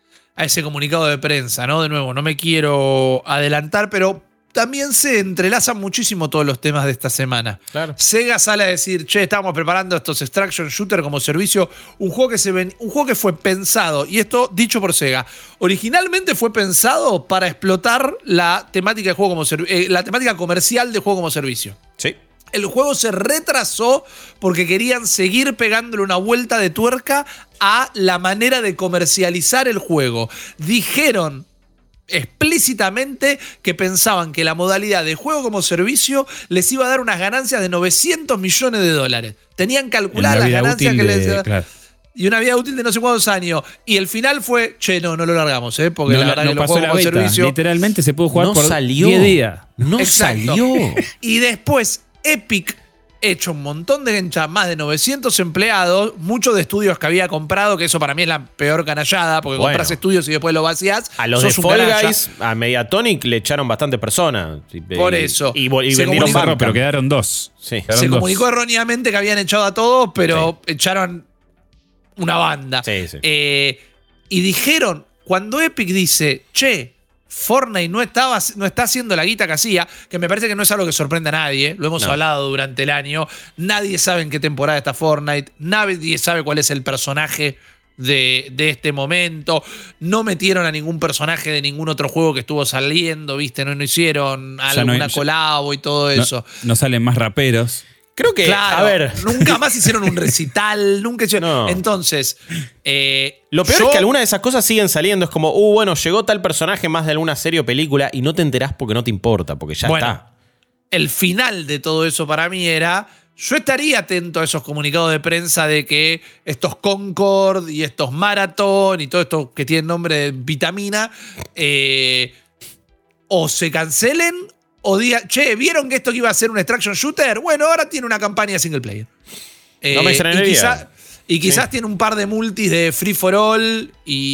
a ese comunicado de prensa, ¿no? De nuevo, no me quiero adelantar, pero también se entrelazan muchísimo todos los temas de esta semana. Claro. Sega sale a decir, che, estamos preparando estos extraction shooter como servicio, un juego que se ven, un juego que fue pensado, y esto dicho por Sega, originalmente fue pensado para explotar la temática de juego como eh, la temática comercial de juego como servicio. Sí. El juego se retrasó porque querían seguir pegándole una vuelta de tuerca a la manera de comercializar el juego. Dijeron explícitamente que pensaban que la modalidad de juego como servicio les iba a dar unas ganancias de novecientos millones de dólares. Tenían calculadas las ganancias que de, les... Claro. Y una vida útil de no sé cuántos años. Y el final fue, che, no, no lo largamos, ¿eh? Porque no, la verdad no que los pasó juegos la como beta. servicio... Literalmente se pudo jugar no por salió. diez días. No Exacto. salió. Y después Epic, hecho un montón de gente, más de novecientos empleados, muchos de estudios que había comprado, que eso para mí es la peor canallada, porque Bueno. compras estudios y después lo vacías. A los sos de un Fall canalla. Guys, a Mediatonic le echaron bastantes personas. Por Y- eso. Y, y Se vendieron comunicó- banca. Pero quedaron dos. Sí. Quedaron Se dos. comunicó erróneamente que habían echado a todos, pero echaron una banda. Sí, sí. Eh, y dijeron, cuando Epic dice, che, Fortnite no, estaba, no está haciendo la guita que hacía, que me parece que no es algo que sorprenda a nadie, lo hemos No. hablado durante el año, nadie sabe en qué temporada está Fortnite, nadie sabe cuál es el personaje de, de este momento, no metieron a ningún personaje de ningún otro juego que estuvo saliendo, ¿viste? No, no hicieron Ya no alguna hay- ya- colabo y todo No, eso. no salen más raperos. Creo que, Claro, a ver, nunca más hicieron un recital, nunca hicieron... No. Entonces, eh, lo peor yo- es que algunas de esas cosas siguen saliendo. Es como, uh, bueno, llegó tal personaje más de alguna serie o película y no te enterás porque no te importa, porque ya Bueno, está. el final de todo eso para mí era, yo estaría atento a esos comunicados de prensa de que estos Concord y estos Marathon y todo esto que tiene nombre de vitamina, eh, o se cancelen o digan, che, ¿vieron que esto que iba a ser un extraction shooter? Bueno, ahora tiene una campaña single player. Eh, No me y extrañaría. quizá- y quizás Sí. tiene un par de multis de Free for All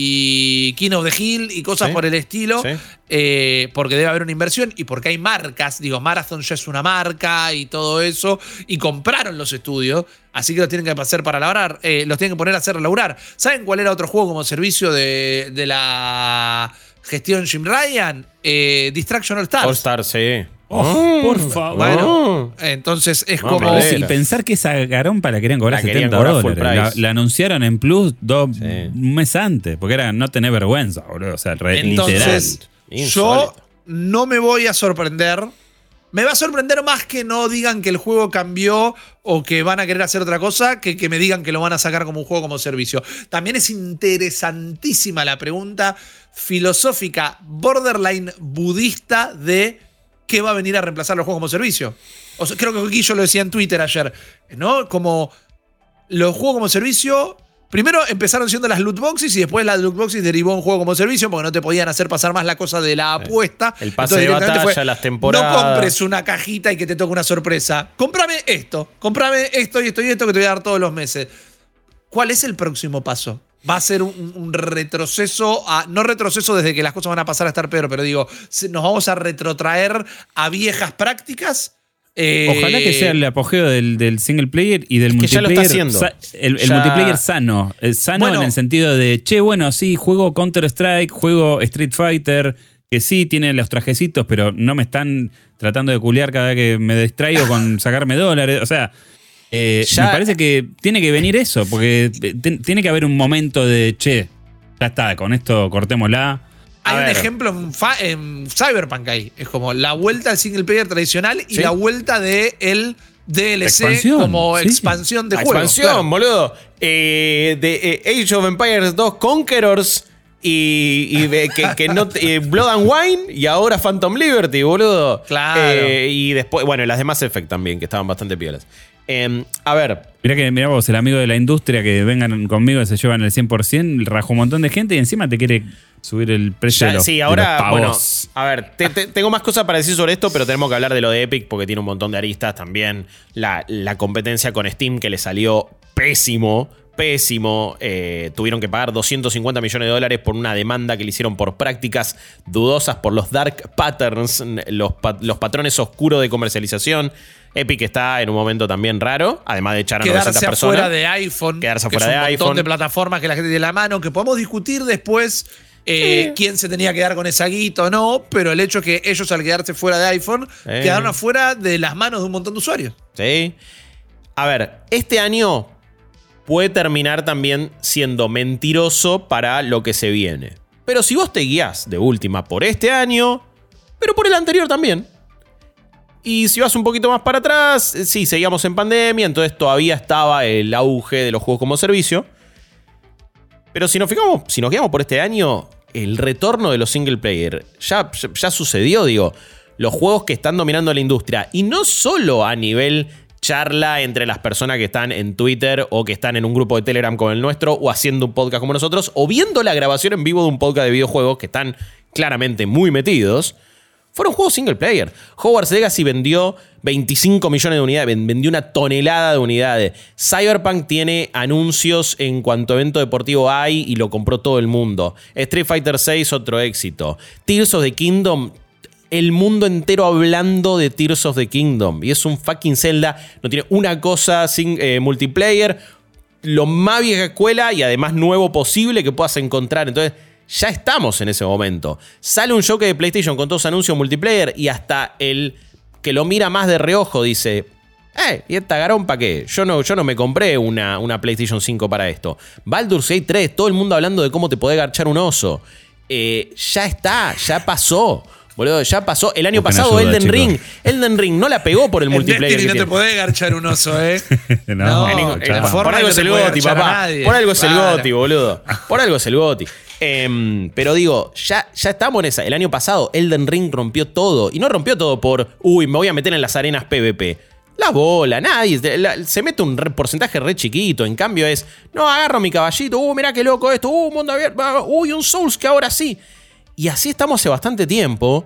y King of the Hill y cosas Sí. por el estilo, Sí. eh, porque debe haber una inversión y porque hay marcas. Digo, Marathon ya es una marca y todo eso, y compraron los estudios, así que los tienen que hacer para laburar, eh, los tienen que poner a hacer laburar. ¿Saben cuál era otro juego como servicio de, de la gestión Jim Ryan? Eh, Distraction All Stars. All Star, sí. Oh, por favor. Bueno, entonces es No, como. madera. Y pensar que esa garompa la querían cobrar La querían setenta cobrar full dólares. La, price. la anunciaron en Plus dos, Sí. un mes antes, porque era no tener vergüenza, boludo. O sea, re- Entonces, literal. yo Insólito. no me voy a sorprender. Me va a sorprender más que no digan que el juego cambió o que van a querer hacer otra cosa que que me digan que lo van a sacar como un juego como servicio. También es interesantísima la pregunta filosófica borderline budista de qué va a venir a reemplazar los juegos como servicio. O sea, creo que aquí yo lo decía en Twitter ayer, ¿no? Como los juegos como servicio. Primero empezaron siendo las loot boxes y después las loot boxes derivó en juego como servicio porque no te podían hacer pasar más la cosa de la apuesta. El pase Entonces, de directamente batalla, las temporadas. No compres una cajita y que te toque una sorpresa. Cómprame esto, cómprame esto y esto y esto que te voy a dar todos los meses. ¿cuál es el próximo paso? Va a ser un, un retroceso, a, no retroceso desde que las cosas van a pasar a estar peor, pero digo, nos vamos a retrotraer a viejas prácticas. Eh, Ojalá que sea el apogeo del, del single player y del es que multiplayer. ya lo está haciendo. Sa- el, el Ya- multiplayer sano. El sano Bueno. en el sentido de, che, bueno, sí, juego Counter-Strike, juego Street Fighter, que sí tienen los trajecitos, pero no me están tratando de culiar cada vez que me distraigo con sacarme dólares. O sea, eh, Ya- me parece que tiene que venir eso, porque te- tiene que haber un momento de, che, ya está, con esto cortémosla. Hay A un ver. ejemplo en, fa- en Cyberpunk ahí. Es como la vuelta al single player tradicional y Sí. la vuelta de el D L C Expansión, como sí. expansión de La juego. expansión, claro. boludo. Eh, de eh, Age of Empires dos Conquerors y, y de- que, que no, eh, Blood and Wine y ahora Phantom Liberty, boludo. Claro. Eh, y después, bueno, las de Mass Effect también, que estaban bastante piolas. Eh, a ver, Mirá que, mirá vos, el amigo de la industria que vengan conmigo y se llevan el cien por ciento, rajó un montón de gente y encima te quiere subir el precio ya- de los, sí, de ahora, los bueno, pavos. a ver, te- te- tengo más cosas para decir sobre esto, pero tenemos que hablar de lo de Epic porque tiene un montón de aristas también. La, la competencia con Steam que le salió pésimo. Pésimo, eh, tuvieron que pagar doscientos cincuenta millones de dólares por una demanda que le hicieron por prácticas dudosas, por los dark patterns, los, pa- los patrones oscuros de comercialización. Epic está en un momento también raro, además de echar a novecientas Quedarse personas. afuera de iPhone. Quedarse que afuera es de un montón iPhone. de plataformas que la gente tiene en la mano, que podemos discutir después eh, Sí. quién se tenía que quedar con esa guita o no, pero el hecho es que ellos al quedarse fuera de iPhone Sí. quedaron afuera de las manos de un montón de usuarios. ¿Sí? A ver, este año puede terminar también siendo mentiroso para lo que se viene. Pero si vos te guías de última por este año, pero por el anterior también. Y si vas un poquito más para atrás, eh, sí, seguíamos en pandemia, entonces todavía estaba el auge de los juegos como servicio. Pero si nos fijamos, si nos guiamos por este año, el retorno de los single player ya, ya, ya sucedió, digo. Los juegos que están dominando la industria, y no solo a nivel charla entre las personas que están en Twitter o que están en un grupo de Telegram como el nuestro o haciendo un podcast como nosotros o viendo la grabación en vivo de un podcast de videojuegos que están claramente muy metidos, fueron juegos single player. Hogwarts Legacy vendió veinticinco millones de unidades, vendió una tonelada de unidades. Cyberpunk tiene anuncios en cuanto evento deportivo hay y lo compró todo el mundo. Street Fighter seis, otro éxito. Tears of the Kingdom, el mundo entero hablando de Tears of the Kingdom. Y es un fucking Zelda. No tiene una cosa sin eh, multiplayer. Lo más vieja escuela y además nuevo posible que puedas encontrar. Entonces, ya estamos en ese momento. Sale un showcase de PlayStation con todos anuncios multiplayer y hasta el que lo mira más de reojo dice: Eh, ¿y esta garompa qué? Yo no, yo no me compré una, una PlayStation cinco para esto. Baldur's Gate tres, todo el mundo hablando de cómo te podés garchar un oso. Eh, ya está, ya pasó. Boludo, ya pasó. El año Busquen pasado ayuda, Elden chicos. Ring. Elden Ring no la pegó por el En multiplayer. Destiny que no te tiene. podés garchar un oso, ¿eh? No, No, En ningún- chao. eh, Fortnite por algo no es te el puede Goti, garchar a papá. nadie. Por algo es el Claro. Goti, boludo. Por algo es el Goti. Em, pero digo, ya, ya estamos en esa. El año pasado Elden Ring rompió todo. Y no rompió todo por, uy, me voy a meter en las arenas PvP. La bola, nadie. la- se mete un re- porcentaje re chiquito. En cambio es, no, agarro mi caballito. Uh, mirá qué loco esto. Uh, mundo abierto. Uy, un Souls que ahora sí. Y así estamos hace bastante tiempo.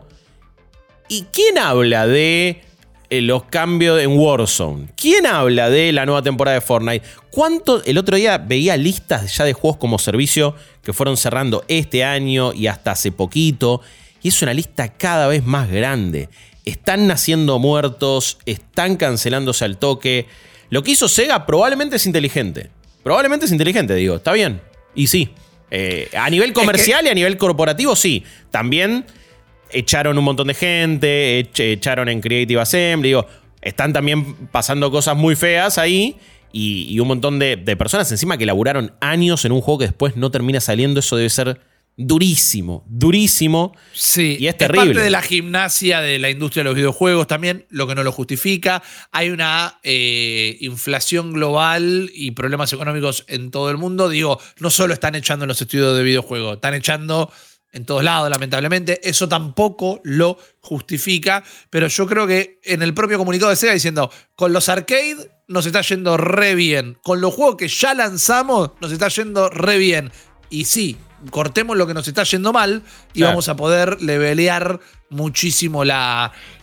¿Y quién habla de eh, los cambios en Warzone? ¿Quién habla de la nueva temporada de Fortnite? ¿Cuánto? El otro día veía listas ya de juegos como servicio que fueron cerrando este año y hasta hace poquito. Y es una lista cada vez más grande. Están naciendo muertos, están cancelándose al toque. Lo que hizo Sega probablemente es inteligente. Probablemente es inteligente, digo. Está bien. Y sí. Eh, a nivel comercial que... y a nivel corporativo, sí. También echaron un montón de gente, ech- echaron en Creative Assembly. Digo, están también pasando cosas muy feas ahí. Y, y un montón de, de personas encima que laburaron años en un juego que después no termina saliendo. Eso debe ser durísimo, durísimo. Sí, y es terrible. parte de la gimnasia de la industria de los videojuegos también, lo que no lo justifica. Hay una eh, inflación global y problemas económicos en todo el mundo. Digo, no solo están echando en los estudios de videojuegos, están echando en todos lados, lamentablemente. Eso tampoco lo justifica, pero yo creo que en el propio comunicado de Sega diciendo, con los arcade nos está yendo re bien, con los juegos que ya lanzamos nos está yendo re bien. Y sí, cortemos lo que nos está yendo mal y Claro. vamos a poder levelear muchísimo la,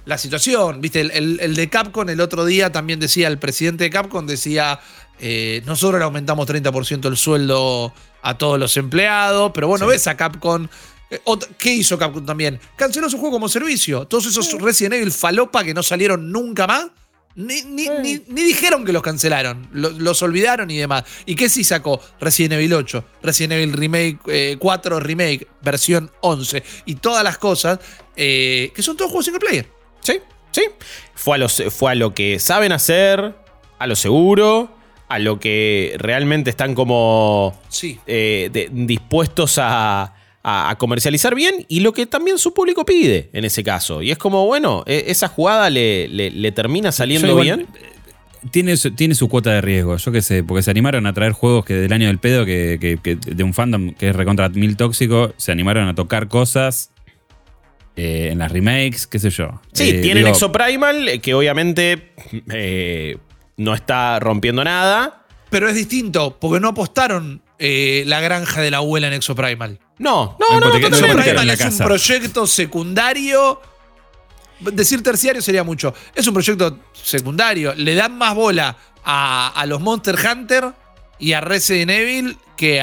la situación. Viste, el, el, el de Capcom el otro día también decía, el presidente de Capcom decía, eh, nosotros le aumentamos treinta por ciento el sueldo a todos los empleados, pero bueno, sí. ves a Capcom. Eh, ¿Qué hizo Capcom también? Canceló su juego como servicio. Todos esos sí. Resident Evil falopa que no salieron nunca más, ni, ni, sí. ni, ni dijeron que los cancelaron. Los, los olvidaron y demás. ¿Y qué sí sacó? Resident Evil ocho, Resident Evil Remake eh, cuatro Remake, versión once y todas las cosas eh, que son todos juegos single player. Sí, sí. Fue a, los, fue a lo que saben hacer, a lo seguro, a lo que realmente están como sí. eh, de, dispuestos a, a, a comercializar bien y lo que también su público pide en ese caso. Y es como, bueno, esa jugada le, le, le termina saliendo igual, bien. Tiene su, tiene su cuota de riesgo, yo qué sé, porque se animaron a traer juegos que del año del pedo, que, que, que de un fandom que es recontra mil tóxico, se animaron a tocar cosas eh, en las remakes, qué sé yo. Sí, eh, tienen digo, Exoprimal, que obviamente eh, no está rompiendo nada. Pero es distinto, porque no apostaron eh, la granja de la abuela en Exoprimal. No, no, no, no, no Exoprimal es un proyecto secundario. Decir terciario sería mucho. Es un proyecto secundario. Le dan más bola a, a los Monster Hunter y a Resident Evil que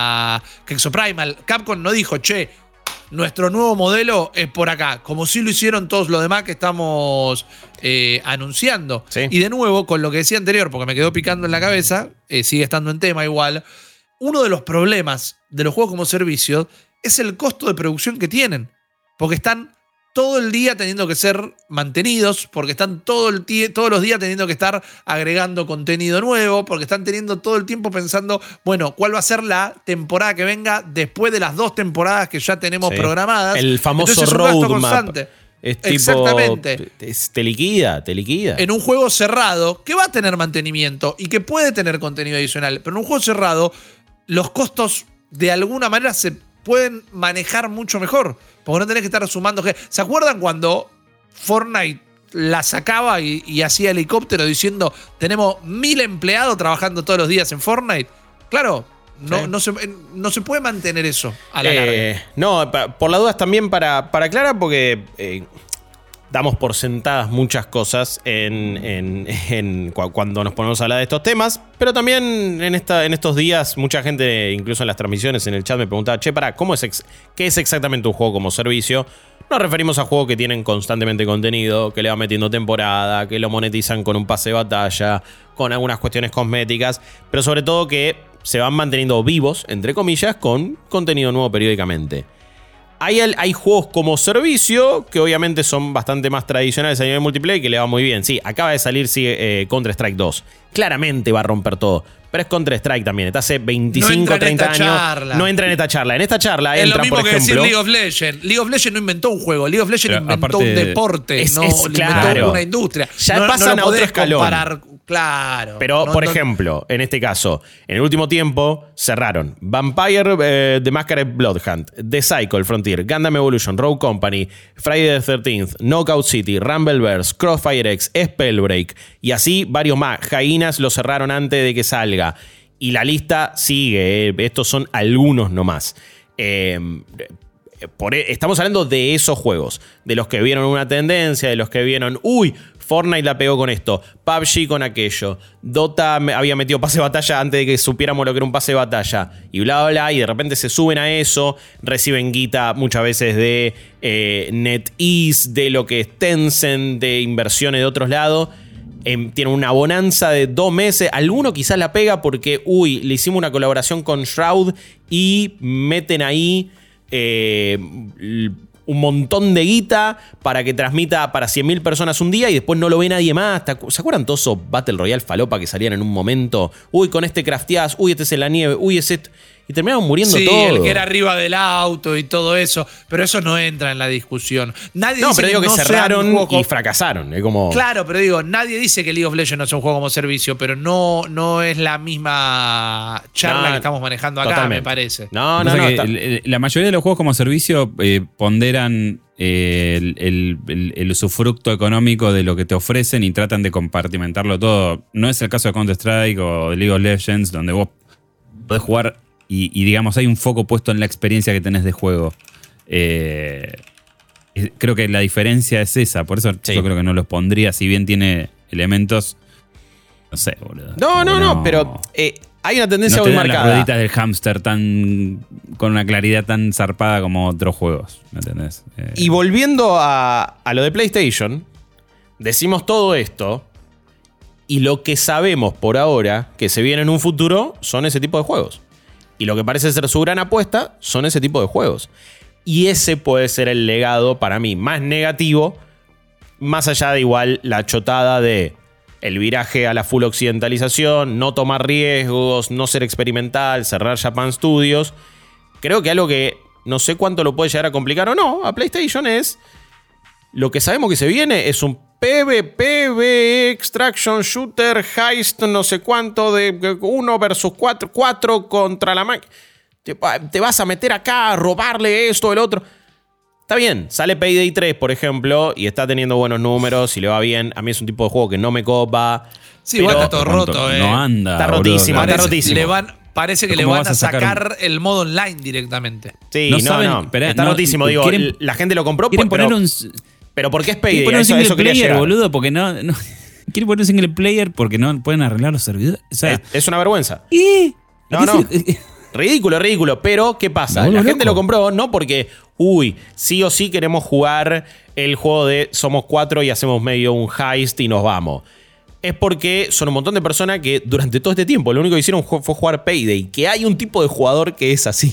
a que Exoprimal. Capcom no dijo, che, nuestro nuevo modelo es por acá. Como sí lo hicieron todos los demás que estamos eh, anunciando. Sí. Y de nuevo, con lo que decía anterior, porque me quedó picando en la cabeza, eh, sigue estando en tema igual. Uno de los problemas de los juegos como servicio es el costo de producción que tienen. Porque están todo el día teniendo que ser mantenidos, porque están todo el todos los días teniendo que estar agregando contenido nuevo, porque están teniendo todo el tiempo pensando, bueno, ¿cuál va a ser la temporada que venga después de las dos temporadas que ya tenemos sí. programadas? El famoso roadmap. Es tipo, exactamente. Es, te liquida, te liquida. En un juego cerrado, que va a tener mantenimiento y que puede tener contenido adicional, pero en un juego cerrado, los costos de alguna manera se pueden manejar mucho mejor. Porque no tenés que estar sumando. ¿Se acuerdan cuando Fortnite la sacaba y, y hacía helicóptero diciendo tenemos mil empleados trabajando todos los días en Fortnite? Claro, no, sí. no, se, no se puede mantener eso a la eh, larga. No, por las dudas también para, para aclarar, porque eh, damos por sentadas muchas cosas en, en, en, cuando nos ponemos a hablar de estos temas, pero también en, esta, en estos días mucha gente, incluso en las transmisiones, en el chat, me preguntaba, che, pará, ¿cómo es ex- ¿qué es exactamente un juego como servicio? Nos referimos a juegos que tienen constantemente contenido, que le van metiendo temporada, que lo monetizan con un pase de batalla, con algunas cuestiones cosméticas, pero sobre todo que se van manteniendo vivos, entre comillas, con contenido nuevo periódicamente. Hay, hay juegos como servicio que obviamente son bastante más tradicionales a nivel multiplayer y que le va muy bien. Sí, acaba de salir sí, eh, Counter-Strike dos. Claramente va a romper todo. Pero es Counter-Strike también. Está hace veinticinco, no treinta años. Charla. No entra en esta charla. En esta charla es entra, lo mismo por que ejemplo, decir League of Legends. League of Legends no inventó un juego. League of Legends pero inventó aparte, un deporte. Es, no es, claro. inventó una industria. Ya no, pasan no a otro escalón. Comparar. Claro. Pero, no, por no, ejemplo, en este caso, en el último tiempo cerraron Vampire eh, The Masquerade Bloodhunt, The Cycle Frontier, Gundam Evolution, Rogue Company, Friday the thirteenth, Knockout City, Rumbleverse, Crossfire X, Spellbreak y así varios más. Jainas lo cerraron antes de que salga. Y la lista sigue. Eh. Estos son algunos nomás. Eh, por, estamos hablando de esos juegos. De los que vieron una tendencia, de los que vieron, uy, Fortnite la pegó con esto, P U B G con aquello, Dota había metido pase de batalla antes de que supiéramos lo que era un pase de batalla, y bla, bla, bla, y de repente se suben a eso, reciben guita muchas veces de eh, NetEase, de lo que es Tencent, de inversiones de otros lados. Eh, tienen una bonanza de dos meses. Alguno quizás la pega porque, uy, le hicimos una colaboración con Shroud y meten ahí eh, un montón de guita para que transmita para cien mil personas un día y después no lo ve nadie más. ¿Se acuerdan todos esos Battle Royale falopa que salían en un momento? Uy, con este crafteás, uy, este es en la nieve, uy, es esto. Y terminaron muriendo sí, todos. Sí, el que era arriba del auto y todo eso. Pero eso no entra en la discusión. Nadie no, dice pero digo que, que no cerraron juego... y fracasaron. Es como... Claro, pero digo, nadie dice que League of Legends no es un juego como servicio, pero no, no es la misma charla no, que estamos manejando acá, totalmente. Me parece. No, no, no. no está... La mayoría de los juegos como servicio eh, ponderan eh, el, el, el, el usufructo económico de lo que te ofrecen y tratan de compartimentarlo todo. No es el caso de Counter-Strike o de League of Legends, donde vos podés jugar y, y digamos hay un foco puesto en la experiencia que tenés de juego. Eh, Creo que la diferencia es esa, por eso Sí. yo creo que no los pondría, si bien tiene elementos, no sé, boludo. No, no, no, Como pero eh, hay una tendencia no muy te dan las marcada. rueditas del hámster tan con una claridad tan zarpada como otros juegos, ¿me entendés? Eh, Y volviendo a, a lo de PlayStation, decimos todo esto y lo que sabemos por ahora que se viene en un futuro son ese tipo de juegos. Y lo que parece ser su gran apuesta son ese tipo de juegos. Y ese puede ser el legado para mí más negativo, más allá de igual la chotada de el viraje a la full occidentalización, no tomar riesgos, no ser experimental, cerrar Japan Studios. Creo que algo que no sé cuánto lo puede llegar a complicar o no a PlayStation es lo que sabemos que se viene es un PvP, Extraction Shooter, Heist, no sé cuánto, de uno versus cuatro, cuatro contra la máquina. Te, te vas a meter acá a robarle esto, el otro. Está bien, sale Payday tres, por ejemplo, y está teniendo buenos números y le va bien. A mí es un tipo de juego que no me copa. Sí, pero igual está todo roto, eh. No anda. Está boludo. rotísimo, está Parece, rotísimo. le van, parece que le ¿Cómo van vas a a sacar sacar el modo online directamente. Sí, No no, saben, no. esperá, está no, rotísimo, digo. quieren- la gente lo compró, Quieren pero, poner un, pero ¿por qué es quieren Payday? poner A un eso, a single eso quería player, llegar. boludo, porque no, no quieren poner un single player porque no pueden arreglar los servidores. O sea, Es, es una vergüenza. ¿qué? No, ¿A qué no. se- Ridículo, ridículo. Pero, ¿qué pasa? Me La vuelvo gente loco. lo compró no porque, uy, sí o sí queremos jugar el juego de somos cuatro y hacemos medio un heist y nos vamos. Es porque son un montón de personas que durante todo este tiempo lo único que hicieron fue jugar Payday. Que hay un tipo de jugador que es así.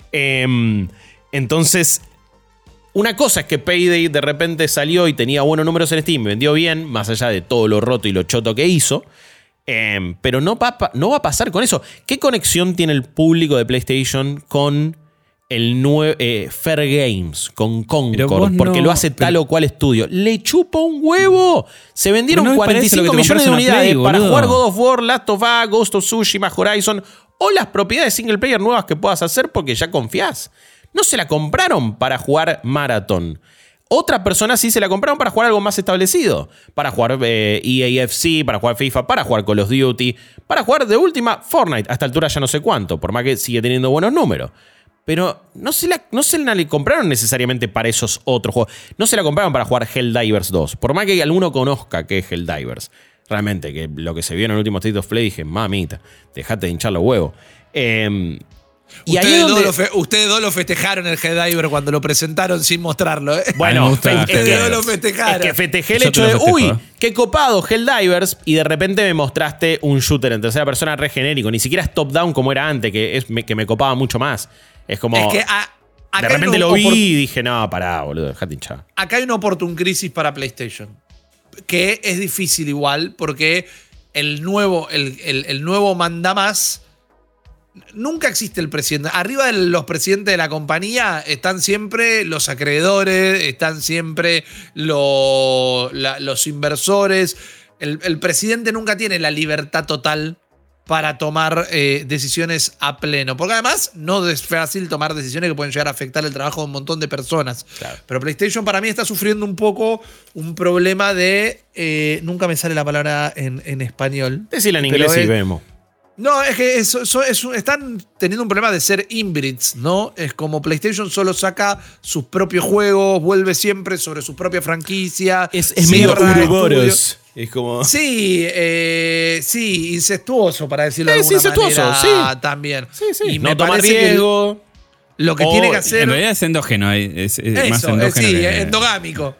Em, entonces, una cosa es que Payday de repente salió y tenía buenos números en Steam, vendió bien, más allá de todo lo roto y lo choto que hizo. Eh, pero no va, no va a pasar con eso. ¿Qué conexión tiene el público de PlayStation con el nue- eh, Fair Games, con Pero vos Concord? no- porque lo hace pero- tal o cual estudio. Le chupa un huevo. Se vendieron Pero no me cuarenta y cinco parece lo que te millones de compras una unidades Play, para boludo. jugar God of War, Last of Us, Ghost of Tsushima, Horizon o las propiedades single player nuevas que puedas hacer porque ya confías. No se la compraron para jugar Marathon. Otras personas sí se la compraron para jugar algo más establecido. Para jugar eh, E A F C, para jugar FIFA, para jugar Call of Duty, para jugar de última Fortnite. A esta altura ya no sé cuánto, por más que sigue teniendo buenos números. Pero no se la, no se la compraron necesariamente para esos otros juegos. No se la compraron para jugar Helldivers dos. Por más que alguno conozca qué es Helldivers. Realmente, que lo que se vio en el último State of Play, dije, mamita, dejate de hinchar los huevos. Eh, y ahí Ustedes, es dos donde- lo fe- ustedes dos lo festejaron el Head-Diver cuando lo presentaron sin mostrarlo. ¿eh? Bueno, A mí me gusta fe- Ustedes es que- dos lo festejaron. Es que festejé el Yo te hecho lo de, festejo, uy, ¿eh? qué copado, Helldivers, y de repente me mostraste un shooter en tercera persona re genérico. Ni siquiera es top-down como era antes, que, es, me, que me copaba mucho más. Es como, Es que a- acá de hay repente una lo vi opor- y dije, no, pará, boludo, dejate hinchar. acá hay una oportun crisis para PlayStation. Que es difícil igual, porque el nuevo, el, el- el nuevo mandamás. Nunca existe el presidente. Arriba de los presidentes de la compañía están siempre los acreedores, están siempre lo- la- los inversores. El, el presidente nunca tiene la libertad total para tomar eh, decisiones a pleno. Porque además no es fácil tomar decisiones que pueden llegar a afectar el trabajo de un montón de personas. Claro. Pero PlayStation para mí está sufriendo un poco un problema de... eh, nunca me sale la palabra en, en español. Decirla en Pero inglés y es- vemos. No, es que eso, eso- es un- están teniendo un problema de ser inbrids, ¿no? Es como PlayStation solo saca sus propios juegos, vuelve siempre sobre su propia franquicia. Es, es medio cierra Uroboros. estudios. Es como... Sí, eh, sí, incestuoso, para decirlo de Es alguna incestuoso, manera sí. también. Sí, sí. Y no me tomar parece que riesgo. lo que O, tiene que En hacer... realidad es endógeno, es, es más Eso, eh, endógeno. sí, que- endogámico.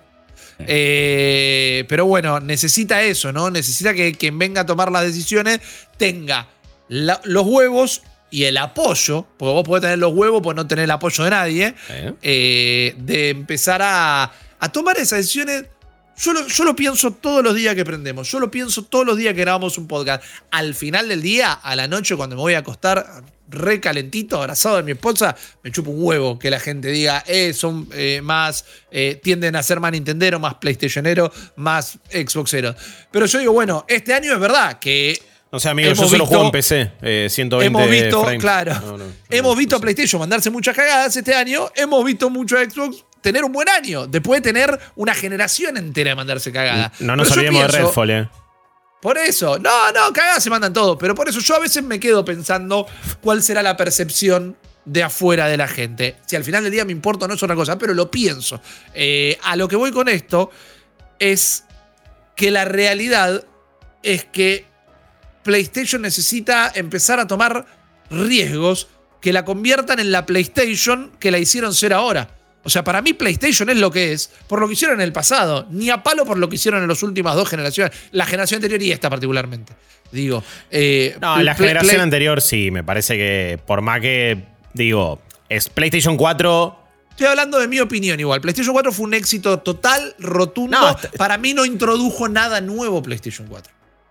Eh, pero bueno, necesita eso, ¿no? Necesita que quien venga a tomar las decisiones tenga la- los huevos y el apoyo, porque vos podés tener los huevos, pues no tener el apoyo de nadie, Eh. eh, de empezar a, a tomar esas decisiones. Yo lo, yo lo pienso todos los días que prendemos, yo lo pienso todos los días que grabamos un podcast. Al final del día, a la noche, cuando me voy a acostar re calentito, abrazado de mi esposa, me chupo un huevo que la gente diga, eh, son eh, más, eh, tienden a ser más Nintendero, más PlayStationero, más Xboxero. Pero yo digo, bueno, este año es verdad que... No sé, amigo, yo Hemos solo visto- juego en P C. eh, ciento veinte Hemos visto, frames. claro, No, no, no, hemos no, visto no a sé. PlayStation mandarse muchas cagadas este año, hemos visto mucho a Xbox tener un buen año, después de tener una generación entera de mandarse cagadas. No nos Pero yo olvidemos de pienso, Redfall, eh. Por eso, no, no, cagadas se mandan todos, pero por eso yo a veces me quedo pensando cuál será la percepción de afuera de la gente. Si al final del día me importa o no es otra cosa, pero lo pienso. Eh, a lo que voy con esto es que la realidad es que PlayStation necesita empezar a tomar riesgos que la conviertan en la PlayStation que la hicieron ser ahora. O sea, para mí PlayStation es lo que es por lo que hicieron en el pasado, ni a palo por lo que hicieron en las últimas dos generaciones, la generación anterior y esta particularmente. Digo, eh, no, la play, generación play, anterior sí, me parece que por más que, digo, es PlayStation cuatro. Estoy hablando de mi opinión igual. PlayStation cuatro fue un éxito total, rotundo. No, para mí no introdujo nada nuevo PlayStation cuatro.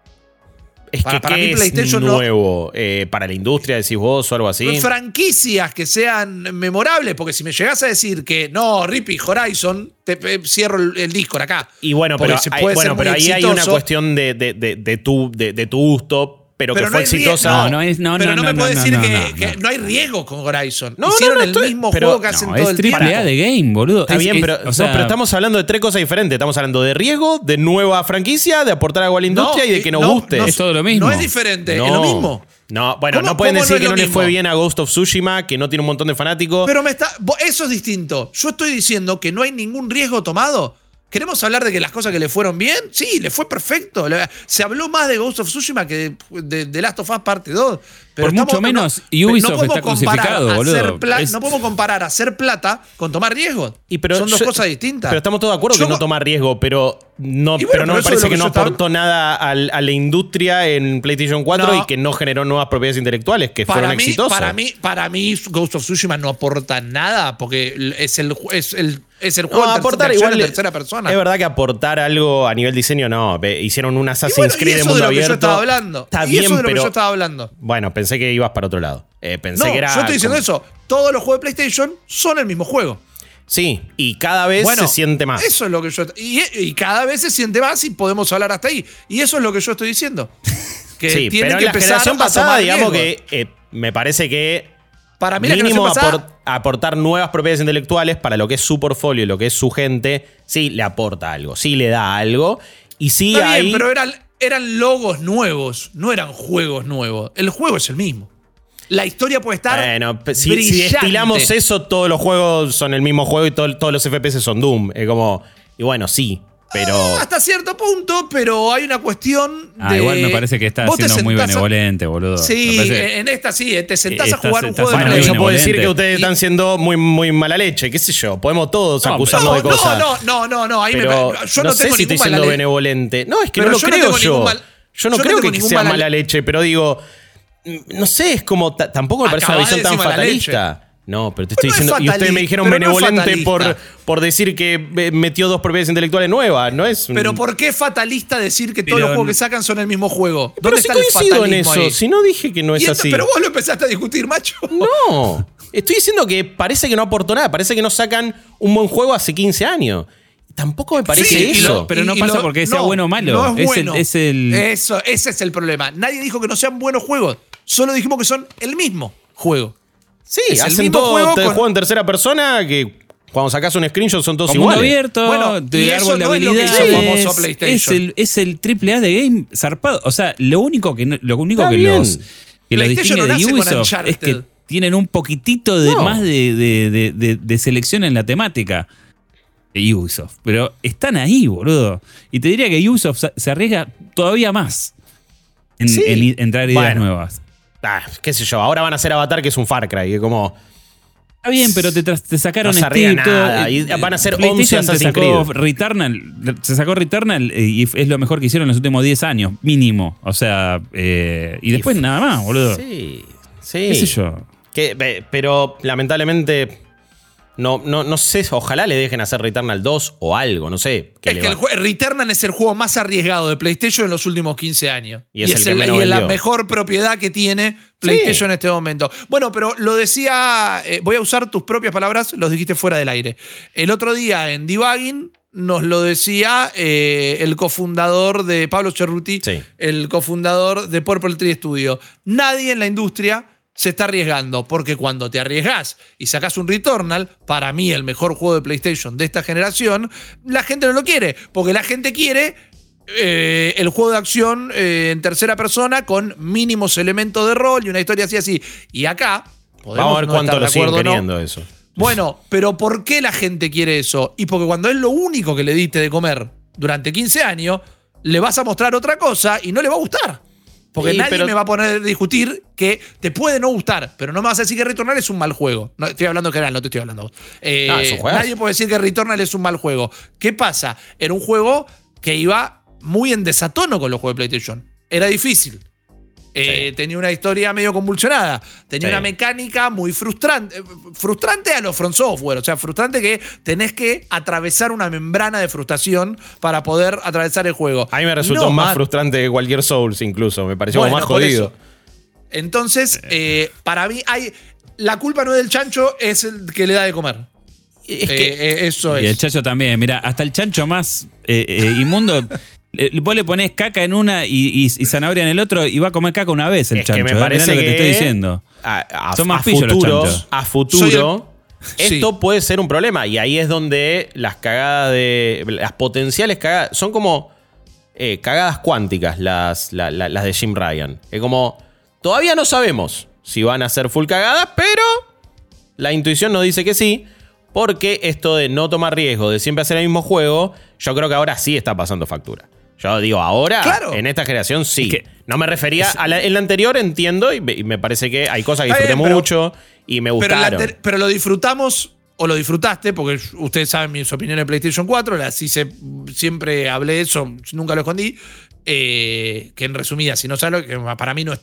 Es para, que para ¿qué mí PlayStation es nuevo? No, eh, ¿Para la industria decís vos o algo así? Franquicias que sean memorables, porque si me llegás a decir que no, Rippy, Horizon, te, te cierro el, el Discord acá. Y bueno, pero, hay, bueno, pero ahí hay una cuestión de, de, de, de, tu, de, de tu gusto. Pero, pero que fue no exitosa. No, no, es, no, pero no, no, no me puedes no, decir no, que, no, que no hay riesgo con Horizon. No, Hicieron no, no, el estoy, mismo pero, juego que hacen no, todo el tiempo. Es triple A de game, boludo. Está es, bien, es, pero, o sea, no, pero estamos hablando de tres cosas diferentes. Estamos hablando de riesgo, de nueva franquicia, de aportar algo a la industria y de que nos guste. Es todo lo mismo. No es diferente, es lo mismo. No, bueno, no pueden decir que no le fue bien a Ghost of Tsushima, que no tiene un montón de fanáticos. Pero me está, eso es distinto. Yo estoy diciendo que no hay ningún riesgo tomado. ¿Queremos hablar de que las cosas que le fueron bien? Sí, le fue perfecto. Se habló más de Ghost of Tsushima que de, de Last of Us Parte dos. Pero Por estamos, mucho menos, y Ubisoft no está crucificado, boludo. Es... No podemos comparar hacer plata con tomar riesgos. Y pero Son yo, dos cosas distintas. Pero estamos todos de acuerdo yo, que no tomar riesgo, pero no, bueno, pero no me parece que, que no aportó estaba... nada a, a la industria en PlayStation cuatro no. y que no generó nuevas propiedades intelectuales que para fueron mí, exitosas. Para mí, para mí, Ghost of Tsushima no aporta nada porque es el, es el, es el juego no, en aportar tercera, igual, en tercera persona. Es verdad que aportar algo a nivel diseño no. Hicieron un Assassin's bueno, Creed de mundo abierto. Eso de lo que yo estaba hablando. Está y bien, eso de lo pero, que yo estaba hablando. Bueno, pensé que ibas para otro lado. Eh, pensé no, que era yo estoy diciendo como... eso. Todos los juegos de PlayStation son el mismo juego. Sí, y cada vez bueno, se siente más. Eso es lo que yo. Y, y cada vez se siente más y podemos hablar hasta ahí. Y eso es lo que yo estoy diciendo. Que sí, tienen pero que en la generación pasada, digamos riesgo. que eh, me parece que. Para mí, mínimo la pasada, aport, aportar nuevas propiedades intelectuales para lo que es su portfolio y lo que es su gente, sí le aporta algo, sí le da algo. Y sí Está hay. Bien, pero eran, eran logos nuevos, no eran juegos nuevos. El juego es el mismo. La historia puede estar. Bueno, si, si destilamos eso, todos los juegos son el mismo juego y todo, todos los F P S son Doom. Es como. Y bueno, sí. Pero. Eh, hasta cierto punto, pero hay una cuestión de. Ah, igual me parece que estás siendo muy benevolente, boludo. Sí, que, en esta sí, te sentás estás, a jugar un juego de bueno, yo puedo decir que ustedes y, están siendo muy, muy mala leche, qué sé yo. Podemos todos no, acusarnos no, de cosas. No, no, no, no, ahí pero me, yo no, no sé tengo si estoy siendo benevolente. No, es que pero no lo yo creo no yo. Mal, yo no yo creo no que sea mala leche, pero digo. No sé, es como. Tampoco me parece una visión tan fatalista. No, pero te estoy diciendo. Y ustedes me dijeron benevolente no por, por decir que metió dos propiedades intelectuales nuevas, ¿no es? Pero ¿por qué fatalista decir que todos pero, los juegos que sacan son el mismo juego? ¿Dónde pero está si el coincido en eso. Ahí? Si no dije que no es esto, así. Pero vos lo empezaste a discutir, macho. No. Estoy diciendo que parece que no aportó nada. Parece que no sacan un buen juego hace quince años. Tampoco me parece sí, eso. Lo, pero no pasa lo, porque sea no, bueno o malo. No es, es, bueno. el, es el. Eso, ese es el problema. Nadie dijo que no sean buenos juegos. Solo dijimos que son el mismo juego. Sí, es hacen el mismo todo juego, con... juego en tercera persona que cuando sacas un screenshot son todos Como iguales. Mundo abierto, bueno, de árbol de no habilidades. Es, es, PlayStation. Es el, es el triple A de game zarpado. O sea, lo único que, lo único que los, que los distingue no de Ubisoft es que tienen un poquitito de no. más de, de, de, de, de selección en la temática de Ubisoft. Pero están ahí, boludo. Y te diría que Ubisoft se arriesga todavía más en, sí. en entrar ideas bueno. nuevas. Ah, qué sé yo, ahora van a hacer Avatar, que es un Far Cry, que como... Está bien, pero te, te sacaron no Steam, nada, y van a ser once Assassin's Creed. Returnal, se sacó Returnal y es lo mejor que hicieron en los últimos diez años, mínimo. O sea, eh, y después y nada más, boludo. Sí, sí. ¿Qué sé yo? Que, pero lamentablemente... No, no, no sé, ojalá le dejen hacer Returnal dos o algo, no sé. Es que el jue- Returnal es el juego más arriesgado de PlayStation en los últimos quince años. Y es, y el es, que el, menos y es la vendió. mejor propiedad que tiene PlayStation sí. en este momento. Bueno, pero lo decía, eh, voy a usar tus propias palabras, los dijiste fuera del aire. El otro día en Debugging nos lo decía eh, el cofundador de Pablo Cerruti, sí. el cofundador de Purple Tree Studio. Nadie en la industria se está arriesgando, porque cuando te arriesgás y sacás un Returnal, para mí el mejor juego de PlayStation de esta generación, la gente no lo quiere, porque la gente quiere eh, el juego de acción eh, en tercera persona con mínimos elementos de rol y una historia así así. Y acá Vamos a ver no cuánto estar lo de siguen acuerdo, ¿no? queriendo eso. Bueno, pero ¿por qué la gente quiere eso? Y porque cuando es lo único que le diste de comer durante quince años, le vas a mostrar otra cosa y no le va a gustar. Porque Sí, nadie pero- me va a poner a discutir que te puede no gustar, pero no me vas a decir que Returnal es un mal juego. No, estoy hablando en general, no te estoy hablando a vos. Eh, Ah, es un juegazo. nadie puede decir que Returnal es un mal juego. ¿Qué pasa? Era un juego que iba muy en desatono con los juegos de PlayStation. Era difícil. Eh, Sí. Tenía una historia medio convulsionada. Tenía Sí. una mecánica muy frustrante. eh, Frustrante a lo From Software. O sea, frustrante que tenés que atravesar una membrana de frustración para poder atravesar el juego. A mí me Y resultó no, más man. frustrante que cualquier Souls incluso. Me pareció Bueno, como más por jodido. eso. Entonces, eh, para mí, hay. La culpa no es del chancho, es el que le da de comer. Es Eh, que eh, eso Y el es. chacho también. Mira, hasta el chancho más eh, eh, inmundo. eh, Vos le ponés caca en una y, y- y zanahoria en el otro y va a comer caca una vez el Es que chancho. me ¿eh? Mirá parece lo que, te que- estoy diciendo. a, a- Son más a pillos los futuro, chanchos. a futuro Sí. esto puede ser un problema. Y ahí es donde las cagadas de. Las potenciales cagadas. Son como eh, cagadas cuánticas las, la- la- las de Jim Ryan. Es como. Todavía no sabemos si van a ser full cagadas, pero la intuición nos dice que sí. Porque esto de no tomar riesgo, de siempre hacer el mismo juego, yo creo que ahora sí está pasando factura. Yo digo, ahora, Claro. en esta generación, sí. Es que- no me refería a la, en la anterior, entiendo, y me, y me parece que hay cosas que Está disfruté bien, pero- mucho y me Pero, la gustaron. anter- pero lo disfrutamos o lo disfrutaste, porque ustedes saben mis opiniones de PlayStation cuatro, así se, siempre hablé de eso, nunca lo escondí. eh, que en resumida, si no sabes, que para mí no, es-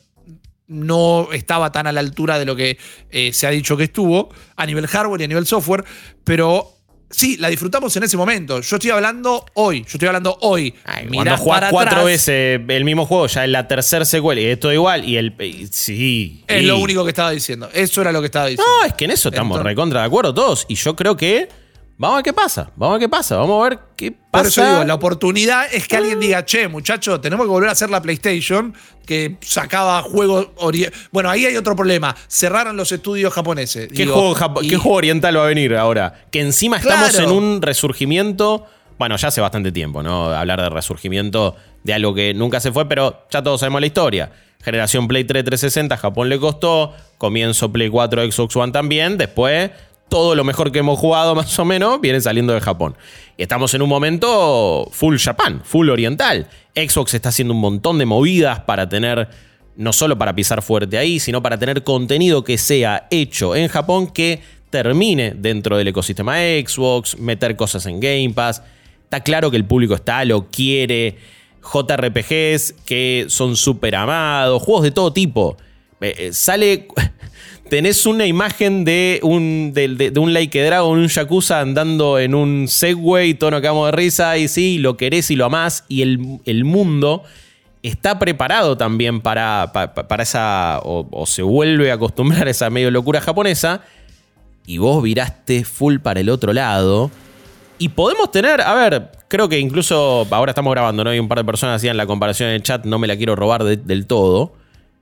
no estaba tan a la altura de lo que eh, se ha dicho que estuvo a nivel hardware y a nivel software, pero sí, la disfrutamos en ese momento. Yo estoy hablando hoy, yo estoy hablando hoy. Ay, Mirá cuando jugás para cuatro atrás, veces el mismo juego, ya en la tercera secuela, y esto igual, y el. y- sí. es sí. lo único que estaba diciendo. Eso era lo que estaba diciendo. No, es que en eso estamos Entonces- recontra de acuerdo todos. Y yo creo que. Vamos a ver qué pasa. Vamos a ver qué pasa. Vamos a ver qué pasa. Por eso digo, la oportunidad es que alguien diga, che, muchacho, tenemos que volver a hacer la PlayStation, que sacaba juegos. ori- Bueno, ahí hay otro problema. Cerraron los estudios japoneses. ¿Qué, Digo, juego, japo- y- ¿Qué juego oriental va a venir ahora? Que encima estamos Claro. en un resurgimiento. Bueno, ya hace bastante tiempo, ¿no? Hablar de resurgimiento de algo que nunca se fue, pero ya todos sabemos la historia. Generación Play tres trescientos sesenta, Japón le costó. Comienzo Play cuatro, Xbox One también. Después, todo lo mejor que hemos jugado, más o menos, viene saliendo de Japón. Y estamos en un momento full Japan, full oriental. Xbox está haciendo un montón de movidas para tener, no solo para pisar fuerte ahí, sino para tener contenido que sea hecho en Japón que termine dentro del ecosistema Xbox, meter cosas en Game Pass. Está claro que el público está, lo quiere. J R P Gs que son súper amados, juegos de todo tipo. Eh, eh, sale... Tenés una imagen de un, de, de- de un Like Dragon, un Yakuza andando en un Segway, tono acabo de risa, y sí, lo querés y lo amás, y el, el mundo está preparado también para, pa- pa- para esa, o, o se vuelve a acostumbrar a esa medio locura japonesa, y vos viraste full para el otro lado, y podemos tener, a ver, creo que incluso, ahora estamos grabando, ¿no? Hay un par de personas hacían la comparación en el chat, no me la quiero robar de- del todo.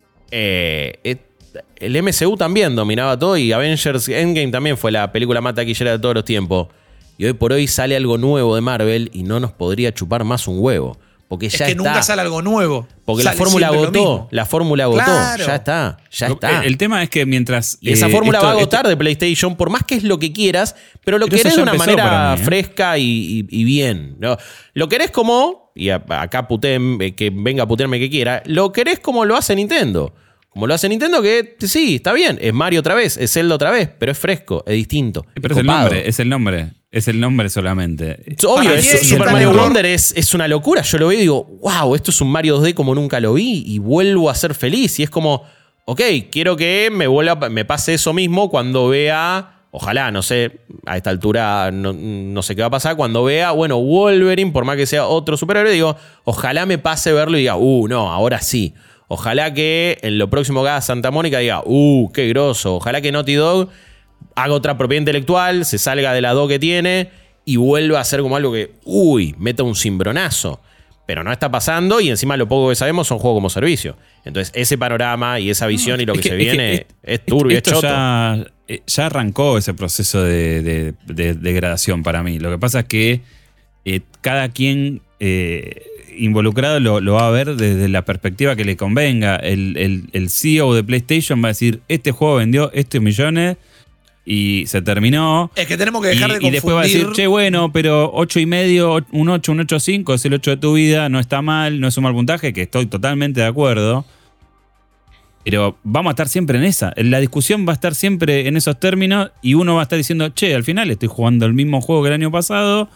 Eh, eh, el M C U también dominaba todo y Avengers Endgame también fue la película más taquillera de todos los tiempos. Y hoy por hoy sale algo nuevo de Marvel y no nos podría chupar más un huevo. Porque es ya que está. nunca sale algo nuevo. Porque la Sale fórmula siempre lo agotó. mismo. La fórmula agotó. Claro. Ya está. Ya Lo- está. El, el tema es que mientras. Y esa eh, fórmula esto- va a agotar esto- de PlayStation, por más que es lo que quieras, pero lo Pero eso querés ya de una empezó manera para mí, ¿eh? fresca y, y- y bien. ¿no? Lo querés como, y a- acá puteen, eh, que venga a putearme que quiera, lo querés como lo hace Nintendo. Como lo hace Nintendo, que sí, está bien, es Mario otra vez, es Zelda otra vez, pero es fresco, es distinto. Pero es el copado. nombre, es el nombre. Es el nombre solamente. Obvio, Para es- mí es- Super está Mario mejor. Wonder es, es una locura. Yo lo veo y digo, wow, esto es un Mario dos D como nunca lo vi y vuelvo a ser feliz. Y es como, ok, quiero que me vuelva, me pase eso mismo cuando vea, ojalá, no sé, a esta altura no, no sé qué va a pasar, cuando vea, bueno, Wolverine, por más que sea otro superhéroe, digo, ojalá me pase verlo y diga, uh, no, ahora sí. Ojalá que en lo próximo que haga Santa Mónica diga, uh, qué groso. Ojalá que Naughty Dog haga otra propiedad intelectual, se salga de la dos que tiene y vuelva a ser como algo que, uy, meta un cimbronazo. Pero no está pasando y encima lo poco que sabemos son juegos como servicio. Entonces ese panorama y esa visión y lo que, Es que- se es que viene es- es, turbio, es Esto choto. ya, eh, ya arrancó ese proceso de, de- de degradación para mí. Lo que pasa es que eh, cada quien eh, involucrado lo, lo va a ver desde la perspectiva que le convenga. El, el, el C E O de PlayStation va a decir, este juego vendió estos millones y se terminó. Es que tenemos que dejar y, de confundir. Y después va a decir, che, bueno, pero ocho y medio, un ocho, un ocho cinco es el ocho de tu vida, no está mal, no es un mal puntaje, que estoy totalmente de acuerdo. Pero vamos a estar siempre en esa. La discusión va a estar siempre en esos términos y uno va a estar diciendo, che, al final estoy jugando el mismo juego que el año pasado.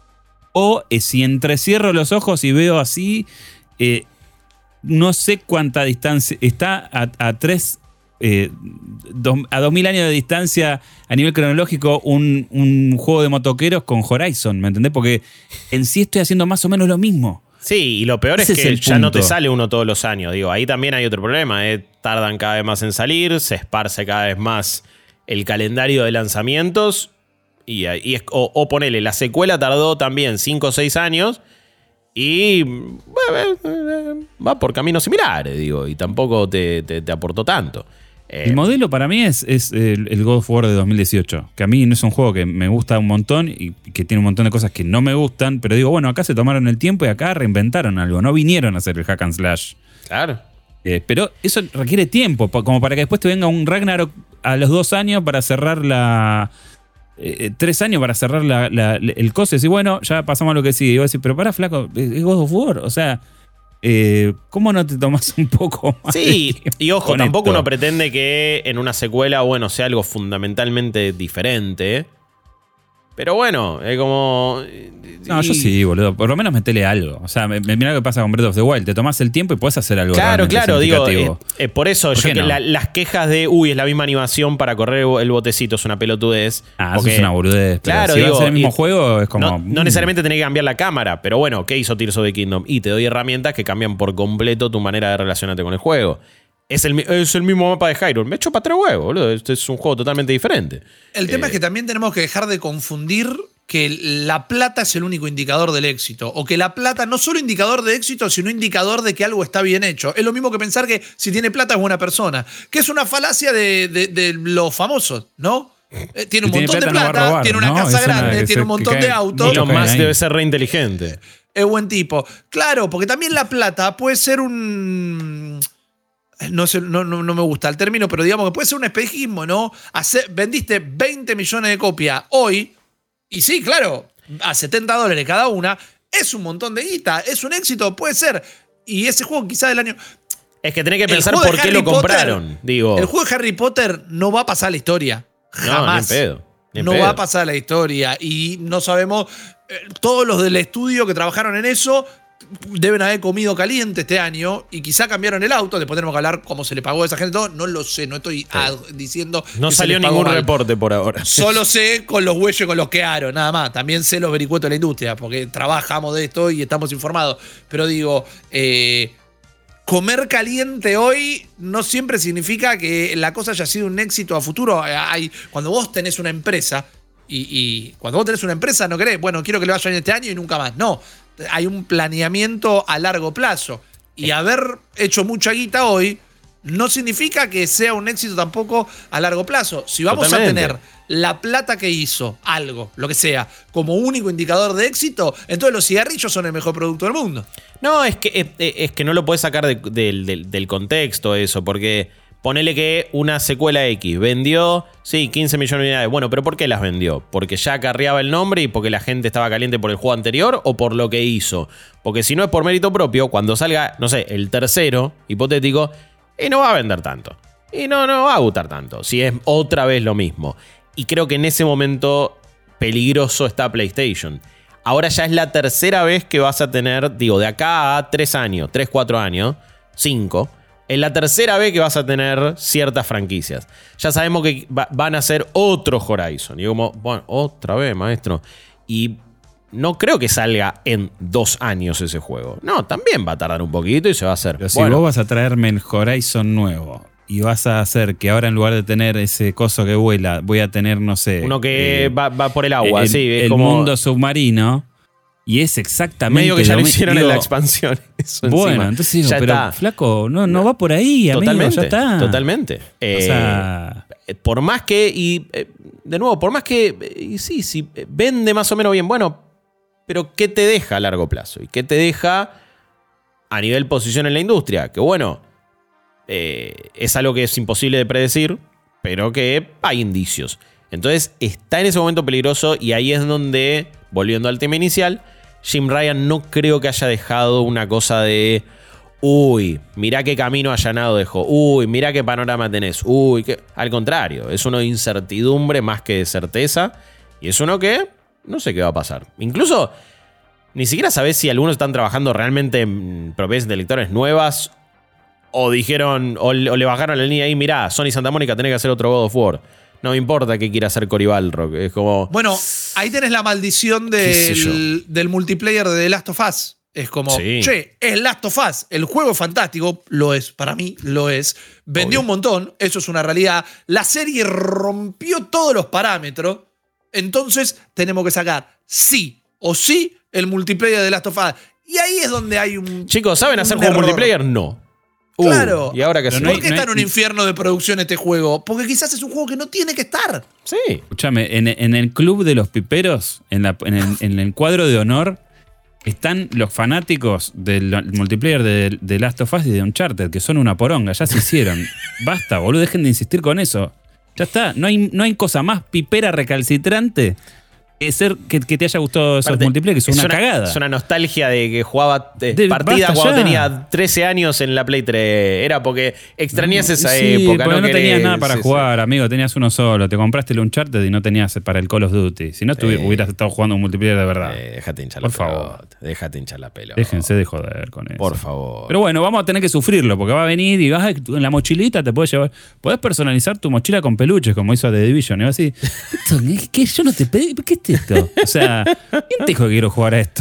O eh, si entrecierro los ojos y veo así, eh, no sé cuánta distancia está a, a tres, eh, dos, a dos mil años de distancia a nivel cronológico un, un juego de motoqueros con Horizon, ¿me entendés? Porque en sí estoy haciendo más o menos lo mismo. Sí, y lo peor Ese es que es ya punto. no te sale uno todos los años. Digo, ahí también hay otro problema. Eh. Tardan cada vez más en salir, se esparce cada vez más el calendario de lanzamientos. Y, y es, o, o ponele, la secuela tardó también cinco o seis años. Y bueno, va por caminos similares, digo. Y tampoco te, te, te aportó tanto. Eh, El modelo para mí es, es el, el God of War de dos mil dieciocho, que a mí no es un juego que me gusta un montón y que tiene un montón de cosas que no me gustan, pero digo, bueno, acá se tomaron el tiempo y acá reinventaron algo, no vinieron a hacer el hack and slash. Claro. Eh, pero eso requiere tiempo, como para que después te venga un Ragnarok a los dos años para cerrar la... Eh, tres años para cerrar la, la, el coso y decir, bueno, ya pasamos a lo que sigue. Y vos decís, pero pará, flaco, es God of War, o sea... Eh, ¿Cómo no te tomas un poco más? Sí, y ojo, con tampoco esto? uno pretende que en una secuela, bueno, sea algo fundamentalmente diferente. Pero bueno, es como... No, yo sí, boludo. Por lo menos metele algo. O sea, me, me, mirá lo que pasa con Breath of the Wild. Te tomás el tiempo y puedes hacer algo. Claro, claro, digo, eh, eh, por eso ¿Por yo qué que no? la, las quejas de, uy, es la misma animación para correr el botecito, es una pelotudez. Ah, porque, eso es una boludez. Pero claro, si digo, va a ser el mismo y- juego, es como... No, no mm. necesariamente tenés que cambiar la cámara, pero bueno, ¿qué hizo Tears of the Kingdom? Y te doy herramientas que cambian por completo tu manera de relacionarte con el juego. Es el, mi- es el mismo mapa de Hyrule. Me echo para tres huevos, boludo. Este es un juego totalmente diferente. El tema Eh, es que también tenemos que dejar de confundir que la plata es el único indicador del éxito. O que la plata no solo indicador de éxito, sino indicador de que algo está bien hecho. Es lo mismo que pensar que si tiene plata es buena persona. Que es una falacia de, de- de los famosos, ¿no? Eh, tiene un Si tiene montón de plata, no va a plata, robar, tiene una ¿no? casa Es una grande, que tiene se- un montón que de cae autos. mucho Elon caen Musk ahí. debe ser re inteligente. Es buen tipo. Claro, porque también la plata puede ser un... No, sé, no, no, no me gusta el término, pero digamos que puede ser un espejismo, ¿no? Hacer- vendiste veinte millones de copias hoy, y sí, claro, a setenta dólares cada una, es un montón de guita, es un éxito, puede ser. Y ese juego quizá del año... Es que tenés que El pensar juego de por qué Harry lo Potter- compraron. Digo, El juego de Harry Potter no va a pasar a la historia. Jamás. No, ni en pedo. Ni en no pedo. va a pasar a la historia. Y no sabemos. eh, todos los del estudio que trabajaron en eso deben haber comido caliente este año. Y quizá cambiaron el auto. Después tenemos que hablar cómo se le pagó a esa gente. Todo. No lo sé. No estoy ah, diciendo. No que se salió les pagó ningún mal. reporte por ahora. Solo sé con los huellos con los que aro, nada más. También sé los vericuetos de la industria, porque trabajamos de esto y estamos informados. Pero digo, eh, comer caliente hoy no siempre significa que la cosa haya sido un éxito a futuro. Eh, Hay, cuando vos tenés una empresa, y, y cuando vos tenés una empresa no querés, bueno, quiero que le vaya bien este año y nunca más. No, hay un planeamiento a largo plazo. Y haber hecho mucha guita hoy no significa que sea un éxito tampoco a largo plazo. Si vamos Totalmente. a tener la plata que hizo algo, lo que sea, como único indicador de éxito, entonces los cigarrillos son el mejor producto del mundo. No, es que, es, es que no lo puedes sacar de- del- del- del contexto eso, porque ponele que una secuela X vendió, sí, quince millones de unidades. Bueno, pero ¿por qué las vendió? ¿Porque ya acarreaba el nombre y porque la gente estaba caliente por el juego anterior o por lo que hizo? Porque si no es por mérito propio, cuando salga, no sé, el tercero, hipotético, y no va a vender tanto. Y no, no va a gustar tanto, si es otra vez lo mismo. Y creo que en ese momento peligroso está PlayStation. Ahora ya es la tercera vez que vas a tener, digo, de acá a tres años, tres, cuatro años, cinco. Es la tercera vez que vas a tener ciertas franquicias. Ya sabemos que va- van a ser otro Horizon. Y yo como, bueno, otra vez, maestro. Y no creo que salga en dos años ese juego. No, también va a tardar un poquito y se va a hacer. Pero si Bueno, vos vas a traerme el Horizon nuevo y vas a hacer que ahora en lugar de tener ese coso que vuela, voy a tener, no sé... uno que eh, va, va por el agua, el, sí. Es el como mundo submarino, y es exactamente medio que ya lo mi- hicieron digo, en la expansión. Eso Bueno, encima. entonces digo, ya pero está. flaco, no, no va por ahí, amigo, Totalmente, ya está. totalmente. Eh, O sea, por más que, y eh, de nuevo, por más que, eh, y sí, sí, eh, vende más o menos bien, bueno, pero ¿qué te deja a largo plazo? ¿Y qué te deja a nivel posición en la industria, que bueno, eh, es algo que es imposible de predecir, pero que hay indicios. Entonces está en ese momento peligroso y ahí es donde, volviendo al tema inicial, Jim Ryan no creo que haya dejado una cosa de uy, mirá qué camino allanado dejó, uy, mirá qué panorama tenés, uy, qué... al contrario, es uno de incertidumbre más que de certeza y es uno que no sé qué va a pasar. Incluso ni siquiera sabés si algunos están trabajando realmente en propiedades intelectuales nuevas o dijeron, o, o le bajaron la línea ahí, mirá, Sony Santa Mónica tenés que hacer otro God of War. No me importa qué quiera hacer Cory Balrog. Es como... Bueno, ahí tenés la maldición del, del multiplayer de The Last of Us. Es como, sí. che, es Last of Us. El juego es fantástico. Lo es, para mí lo es. Vendió Obvio. un montón, eso es una realidad. La serie rompió todos los parámetros. Entonces tenemos que sacar sí o sí el multiplayer de The Last of Us. Y ahí es donde hay un... Chicos, ¿saben hacer juego multiplayer? No. Claro. Uh, ¿Y ahora qué ¿Por no qué está en un infierno de producción este juego? Porque quizás es un juego que no tiene que estar. Sí. Escúchame, en, en el club de los piperos, en, la, en, el, en el cuadro de honor, están los fanáticos del multiplayer de, de Last of Us y de Uncharted, que son una poronga, ya se hicieron. Basta, boludo, dejen de insistir con eso. Ya está, no hay, no hay cosa más pipera recalcitrante que ser que, que te haya gustado esos multiplayer, que son una, una cagada. Es una nostalgia de que jugaba eh, de, partidas cuando ya. tenía trece años en la Play tres. Era porque extrañas esa sí, época. Porque no, no tenías nada para sí, jugar, sí. amigo. Tenías uno solo. Te compraste el Uncharted y no tenías para el Call of Duty. Si no, sí. hubieras estado jugando un multiplayer de verdad. Eh, déjate hinchar Por la favor. pelota. Déjate hinchar la pelota. Déjense de joder con eso. Por favor. Pero bueno, vamos a tener que sufrirlo porque va a venir y vas a, en la mochilita te puedes llevar. Podés personalizar tu mochila con peluches, como hizo The Division. Y vas así, ¿esto qué? Yo no te pedí. ¿Qué es esto? O sea, ¿quién te dijo que quiero jugar a esto?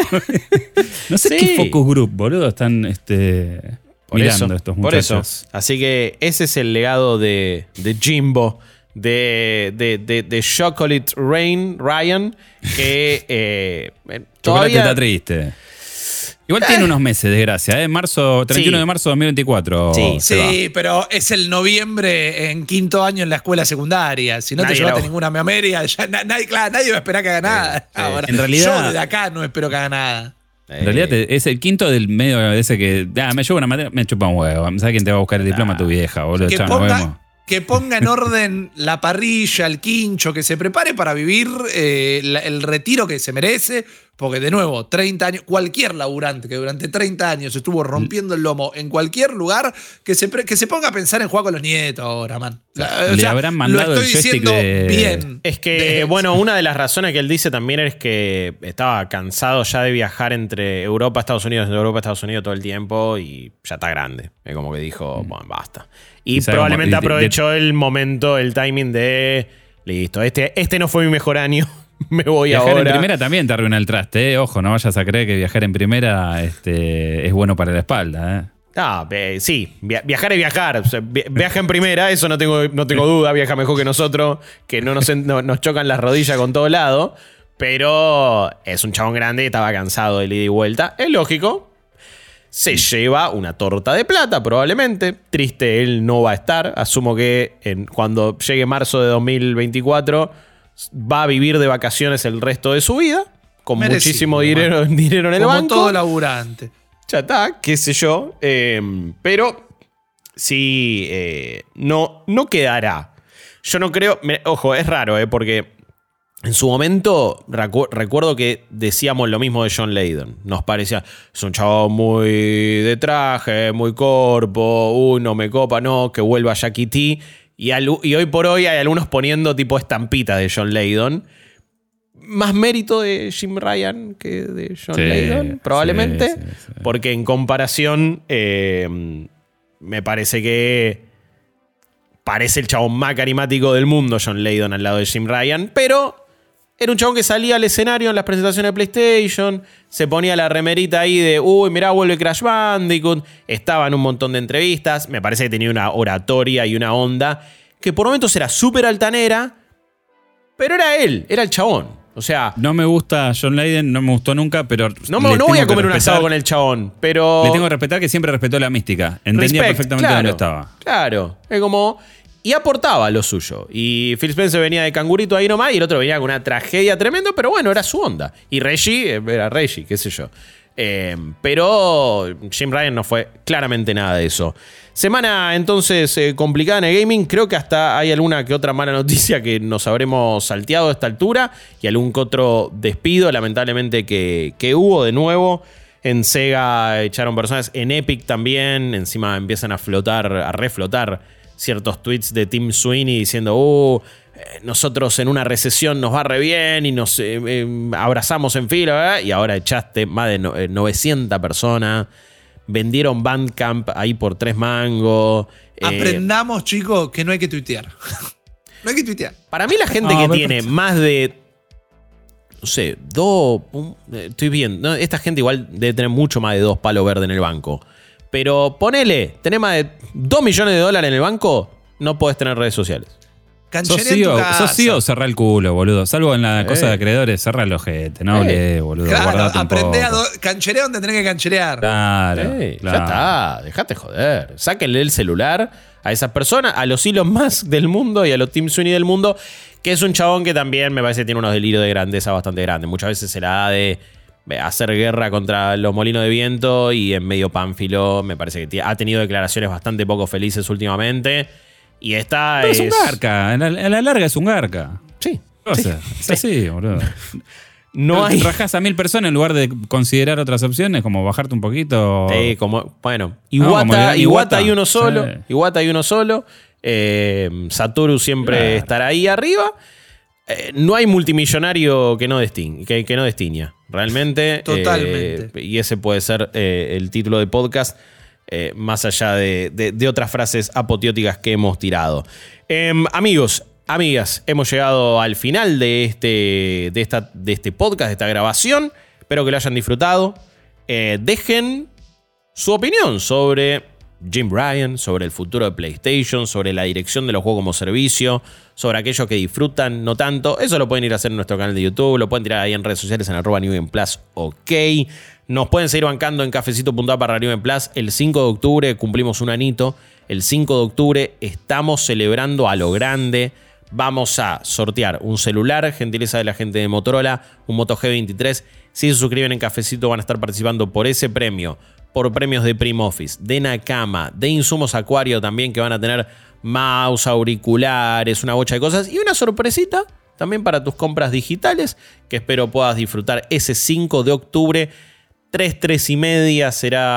No sé sí. qué focus group, boludo, están este, por mirando eso, estos muchachos. Por eso. Así que ese es el legado de, de Jimbo, de, de, de, de Chocolate Rain, Ryan, que eh, todavía... está triste. Igual eh. tiene unos meses, desgracia, ¿eh? Marzo, treinta y uno sí. de marzo de dos mil veinticuatro. Sí, sí, pero es el noviembre en quinto año en la escuela secundaria. Si no nadie te llevaste la... ninguna memoria, ya nadie, claro, nadie va a esperar que haga nada. Eh, Ahora, en realidad, yo desde acá no espero que haga nada. En eh. realidad es el quinto del medio de ese que ah, me llevo una materia, me chupa un huevo. ¿Sabes quién te va a buscar el diploma? Ah. Tu vieja, boludo. Que, Chau, ponga, nos vemos. que ponga en orden la parrilla, el quincho, que se prepare para vivir eh, la, el retiro que se merece. Porque, de nuevo, treinta años, cualquier laburante que durante treinta años estuvo rompiendo el lomo en cualquier lugar, que se, que se ponga a pensar en jugar con los nietos ahora, man. La, Le o sea, habrán mandado lo estoy el diciendo de... bien. Es que, bueno, una de las razones que él dice también es que estaba cansado ya de viajar entre Europa, Estados Unidos, Europa, Estados Unidos todo el tiempo y ya está grande. Es como que dijo, mm. bueno, basta. Y, y probablemente cómo, aprovechó de, de, el momento, el timing de, listo, este, este no fue mi mejor año. Me voy viajar ahora. En primera también te arruina el traste, ¿eh? Ojo, no vayas a creer que viajar en primera este, es bueno para la espalda, ¿eh? Ah, eh, sí, viajar es viajar. O sea, viaja en primera, eso no tengo, no tengo duda. Viaja mejor que nosotros, que no nos, no, nos chocan las rodillas con todo lado. Pero es un chabón grande y estaba cansado de ida y vuelta. Es lógico. Se lleva una torta de plata, probablemente. Triste, él no va a estar. Asumo que en, cuando llegue marzo de dos mil veinticuatro... va a vivir de vacaciones el resto de su vida, con Merecido, muchísimo dinero, dinero en el como banco. Como todo laburante. Ya está, qué sé yo. Eh, pero sí, eh, no, no quedará. Yo no creo... Me, ojo, es raro, eh, porque en su momento recu- recuerdo que decíamos lo mismo de John Layden. Nos parecía, es un chavo muy de traje, muy corpo, uy, no me copa, no, que vuelva Jackie T. Y, al, y hoy por hoy hay algunos poniendo tipo estampita de John Layden. Más mérito de Jim Ryan que de John sí, Layden, probablemente. Sí, sí, sí. Porque en comparación, eh, me parece que parece el chabón más carismático del mundo, John Layden, al lado de Jim Ryan. Pero era un chabón que salía al escenario en las presentaciones de PlayStation, se ponía la remerita ahí de, uy, mirá, vuelve Crash Bandicoot. Estaba en un montón de entrevistas. Me parece que tenía una oratoria y una onda que por momentos era súper altanera, pero era él, era el chabón. O sea... No me gusta John Layden, no me gustó nunca, pero... No, no, no voy a comer un asado con el chabón, pero... Le tengo que respetar que siempre respetó la mística. Entendía Respect, perfectamente claro, dónde estaba. Claro, es como... Y aportaba lo suyo. Y Phil Spencer venía de cangurito ahí nomás y el otro venía con una tragedia tremenda, pero bueno, era su onda. Y Reggie era Reggie, qué sé yo. Eh, pero Jim Ryan no fue claramente nada de eso. Semana entonces eh, complicada en el gaming. Creo que hasta hay alguna que otra mala noticia que nos habremos salteado a esta altura. Y algún que otro despido, lamentablemente, que, que hubo de nuevo. En Sega echaron personas, en Epic también. Encima empiezan a flotar, a reflotar ciertos tweets de Tim Sweeney diciendo: oh, eh, nosotros en una recesión nos va re bien y nos eh, eh, abrazamos en fila, ¿verdad? Y ahora echaste más de no, eh, novecientas personas. Vendieron Bandcamp ahí por tres mangos. Aprendamos, eh, chicos, que no hay que tuitear. No hay que tuitear. Para mí la gente no, que tiene pasa. más de... No sé, dos... Un, estoy viendo. ¿no? Esta gente igual debe tener mucho más de dos palos verdes en el banco. Pero ponele, tenés más de dos millones de dólares en el banco, no podés tener redes sociales. Sos C E O, sos C E O, cerrá el culo, boludo. Salvo en la eh. cosa de acreedores, cerrá el ojete, no hablé, eh. boludo. Claro, aprendé a do- cancherear donde tenés que cancherear. Claro, eh, claro. Ya está, dejate joder. Sáquenle el celular a esas personas, a los Elon Musk del mundo y a los Tim Sweeney del mundo, que es un chabón que también me parece que tiene unos delirios de grandeza bastante grandes. Muchas veces se la da de hacer guerra contra los molinos de viento y en medio pánfilo me parece que ha tenido declaraciones bastante poco felices últimamente. Y esta Pero es... es un garca, a la, a la larga es un garca. Sí. O sea, sí. es así, boludo. No hay... Rajás a mil personas en lugar de considerar otras opciones, como bajarte un poquito. Sí, como, bueno, Iwata, no, como Iwata, Iwata hay uno solo. Sí. Iwata hay uno solo. Eh, Satoru siempre claro. estará ahí arriba. Eh, no hay multimillonario que no, destin, que, que no destiña, realmente. Totalmente. Eh, y ese puede ser eh, el título del podcast. Eh, más allá de, de, de otras frases apoteóticas que hemos tirado. Eh, amigos, amigas, hemos llegado al final de este, de, esta, de este podcast, de esta grabación. Espero que lo hayan disfrutado. Eh, dejen su opinión sobre Jim Ryan, sobre el futuro de PlayStation, sobre la dirección de los juegos como servicio, sobre aquellos que disfrutan, no tanto. Eso lo pueden ir a hacer en nuestro canal de YouTube, lo pueden tirar ahí en redes sociales en arroba New Game Plus, ok. Nos pueden seguir bancando en cafecito punto a para New Game Plus. El cinco de octubre cumplimos un anito. El cinco de octubre estamos celebrando a lo grande. Vamos a sortear un celular, gentileza de la gente de Motorola, un Moto G veintitrés. Si se suscriben en Cafecito van a estar participando por ese premio, por premios de Prim Office, de Nakama, de Insumos Acuario también, que van a tener mouse, auriculares, una bocha de cosas y una sorpresita también para tus compras digitales que espero puedas disfrutar ese cinco de octubre. tres, tres y media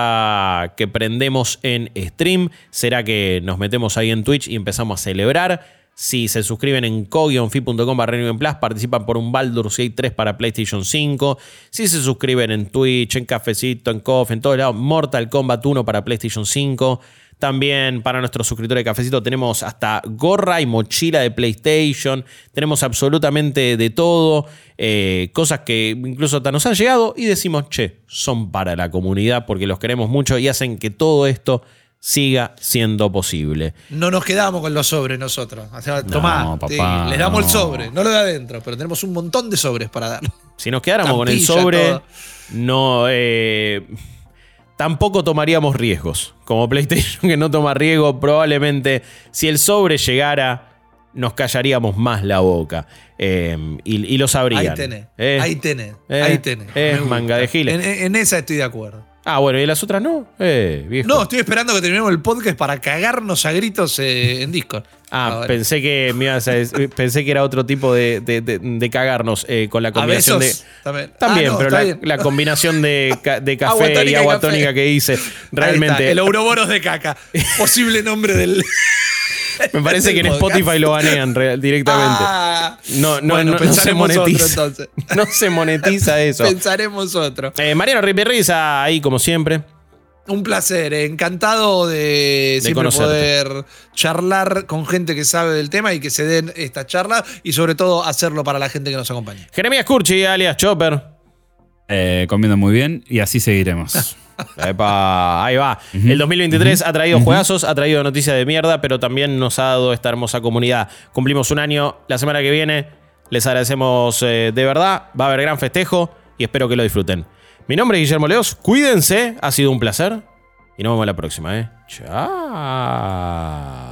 será que prendemos en stream. Será que nos metemos ahí en Twitch y empezamos a celebrar. Si se suscriben en co guion fi punto com barra New Game Plus, participan por un Baldur's Gate tres para PlayStation cinco. Si se suscriben en Twitch, en Cafecito, en Coffee, en todos lados, Mortal Kombat uno para PlayStation cinco. También para nuestros suscriptores de Cafecito tenemos hasta gorra y mochila de PlayStation. Tenemos absolutamente de todo. Eh, cosas que incluso hasta nos han llegado y decimos, che, son para la comunidad porque los queremos mucho y hacen que todo esto siga siendo posible. No nos quedamos con los sobres nosotros. O sea, tomá, no, papá, te, les damos no. el sobre, no lo de adentro, pero tenemos un montón de sobres para dar. Si nos quedáramos Tampilla, con el sobre, todo. no... Eh, tampoco tomaríamos riesgos. Como PlayStation que no toma riesgo, probablemente si el sobre llegara, nos callaríamos más la boca. Eh, y, y lo sabrían. Ahí tenés, eh, ahí tenés, eh, ahí tenés. Es manga de giles. En, en esa estoy de acuerdo. Ah, bueno, ¿y las otras no? Eh, viejo. No, estoy esperando que terminemos el podcast para cagarnos a gritos eh, en Discord. Ah, Ahora. pensé que me ibas a decir, pensé que era otro tipo de, de, de, de cagarnos eh, con la combinación de. También, También, ah, no, pero está la, bien. la combinación de, ca- de Agua café tónica y agua y café. tónica que hice. Realmente. Ahí está, el Ouroboros de caca. Posible nombre del. Me parece que en Spotify lo banean re- directamente. Ah, no, no, bueno, no, no se monetiza. Otro, entonces. No se monetiza eso. Pensaremos otro. Eh, Mariano Ripirriza, ahí como siempre. Un placer, eh. encantado de, De siempre conocerte. poder charlar con gente que sabe del tema y que se den esta charla y sobre todo hacerlo para la gente que nos acompaña. Jeremías Curchi, alias Chopper. Eh, comiendo muy bien y así seguiremos. Epa, ahí va. Uh-huh. El dos mil veintitrés Uh-huh. ha traído Uh-huh. juegazos, ha traído noticias de mierda, pero también nos ha dado esta hermosa comunidad. Cumplimos un año la semana que viene. Les agradecemos eh, de verdad. Va a haber gran festejo y espero que lo disfruten. Mi nombre es Guillermo Leos. Cuídense, ha sido un placer. Y nos vemos la próxima, ¿eh? Chao.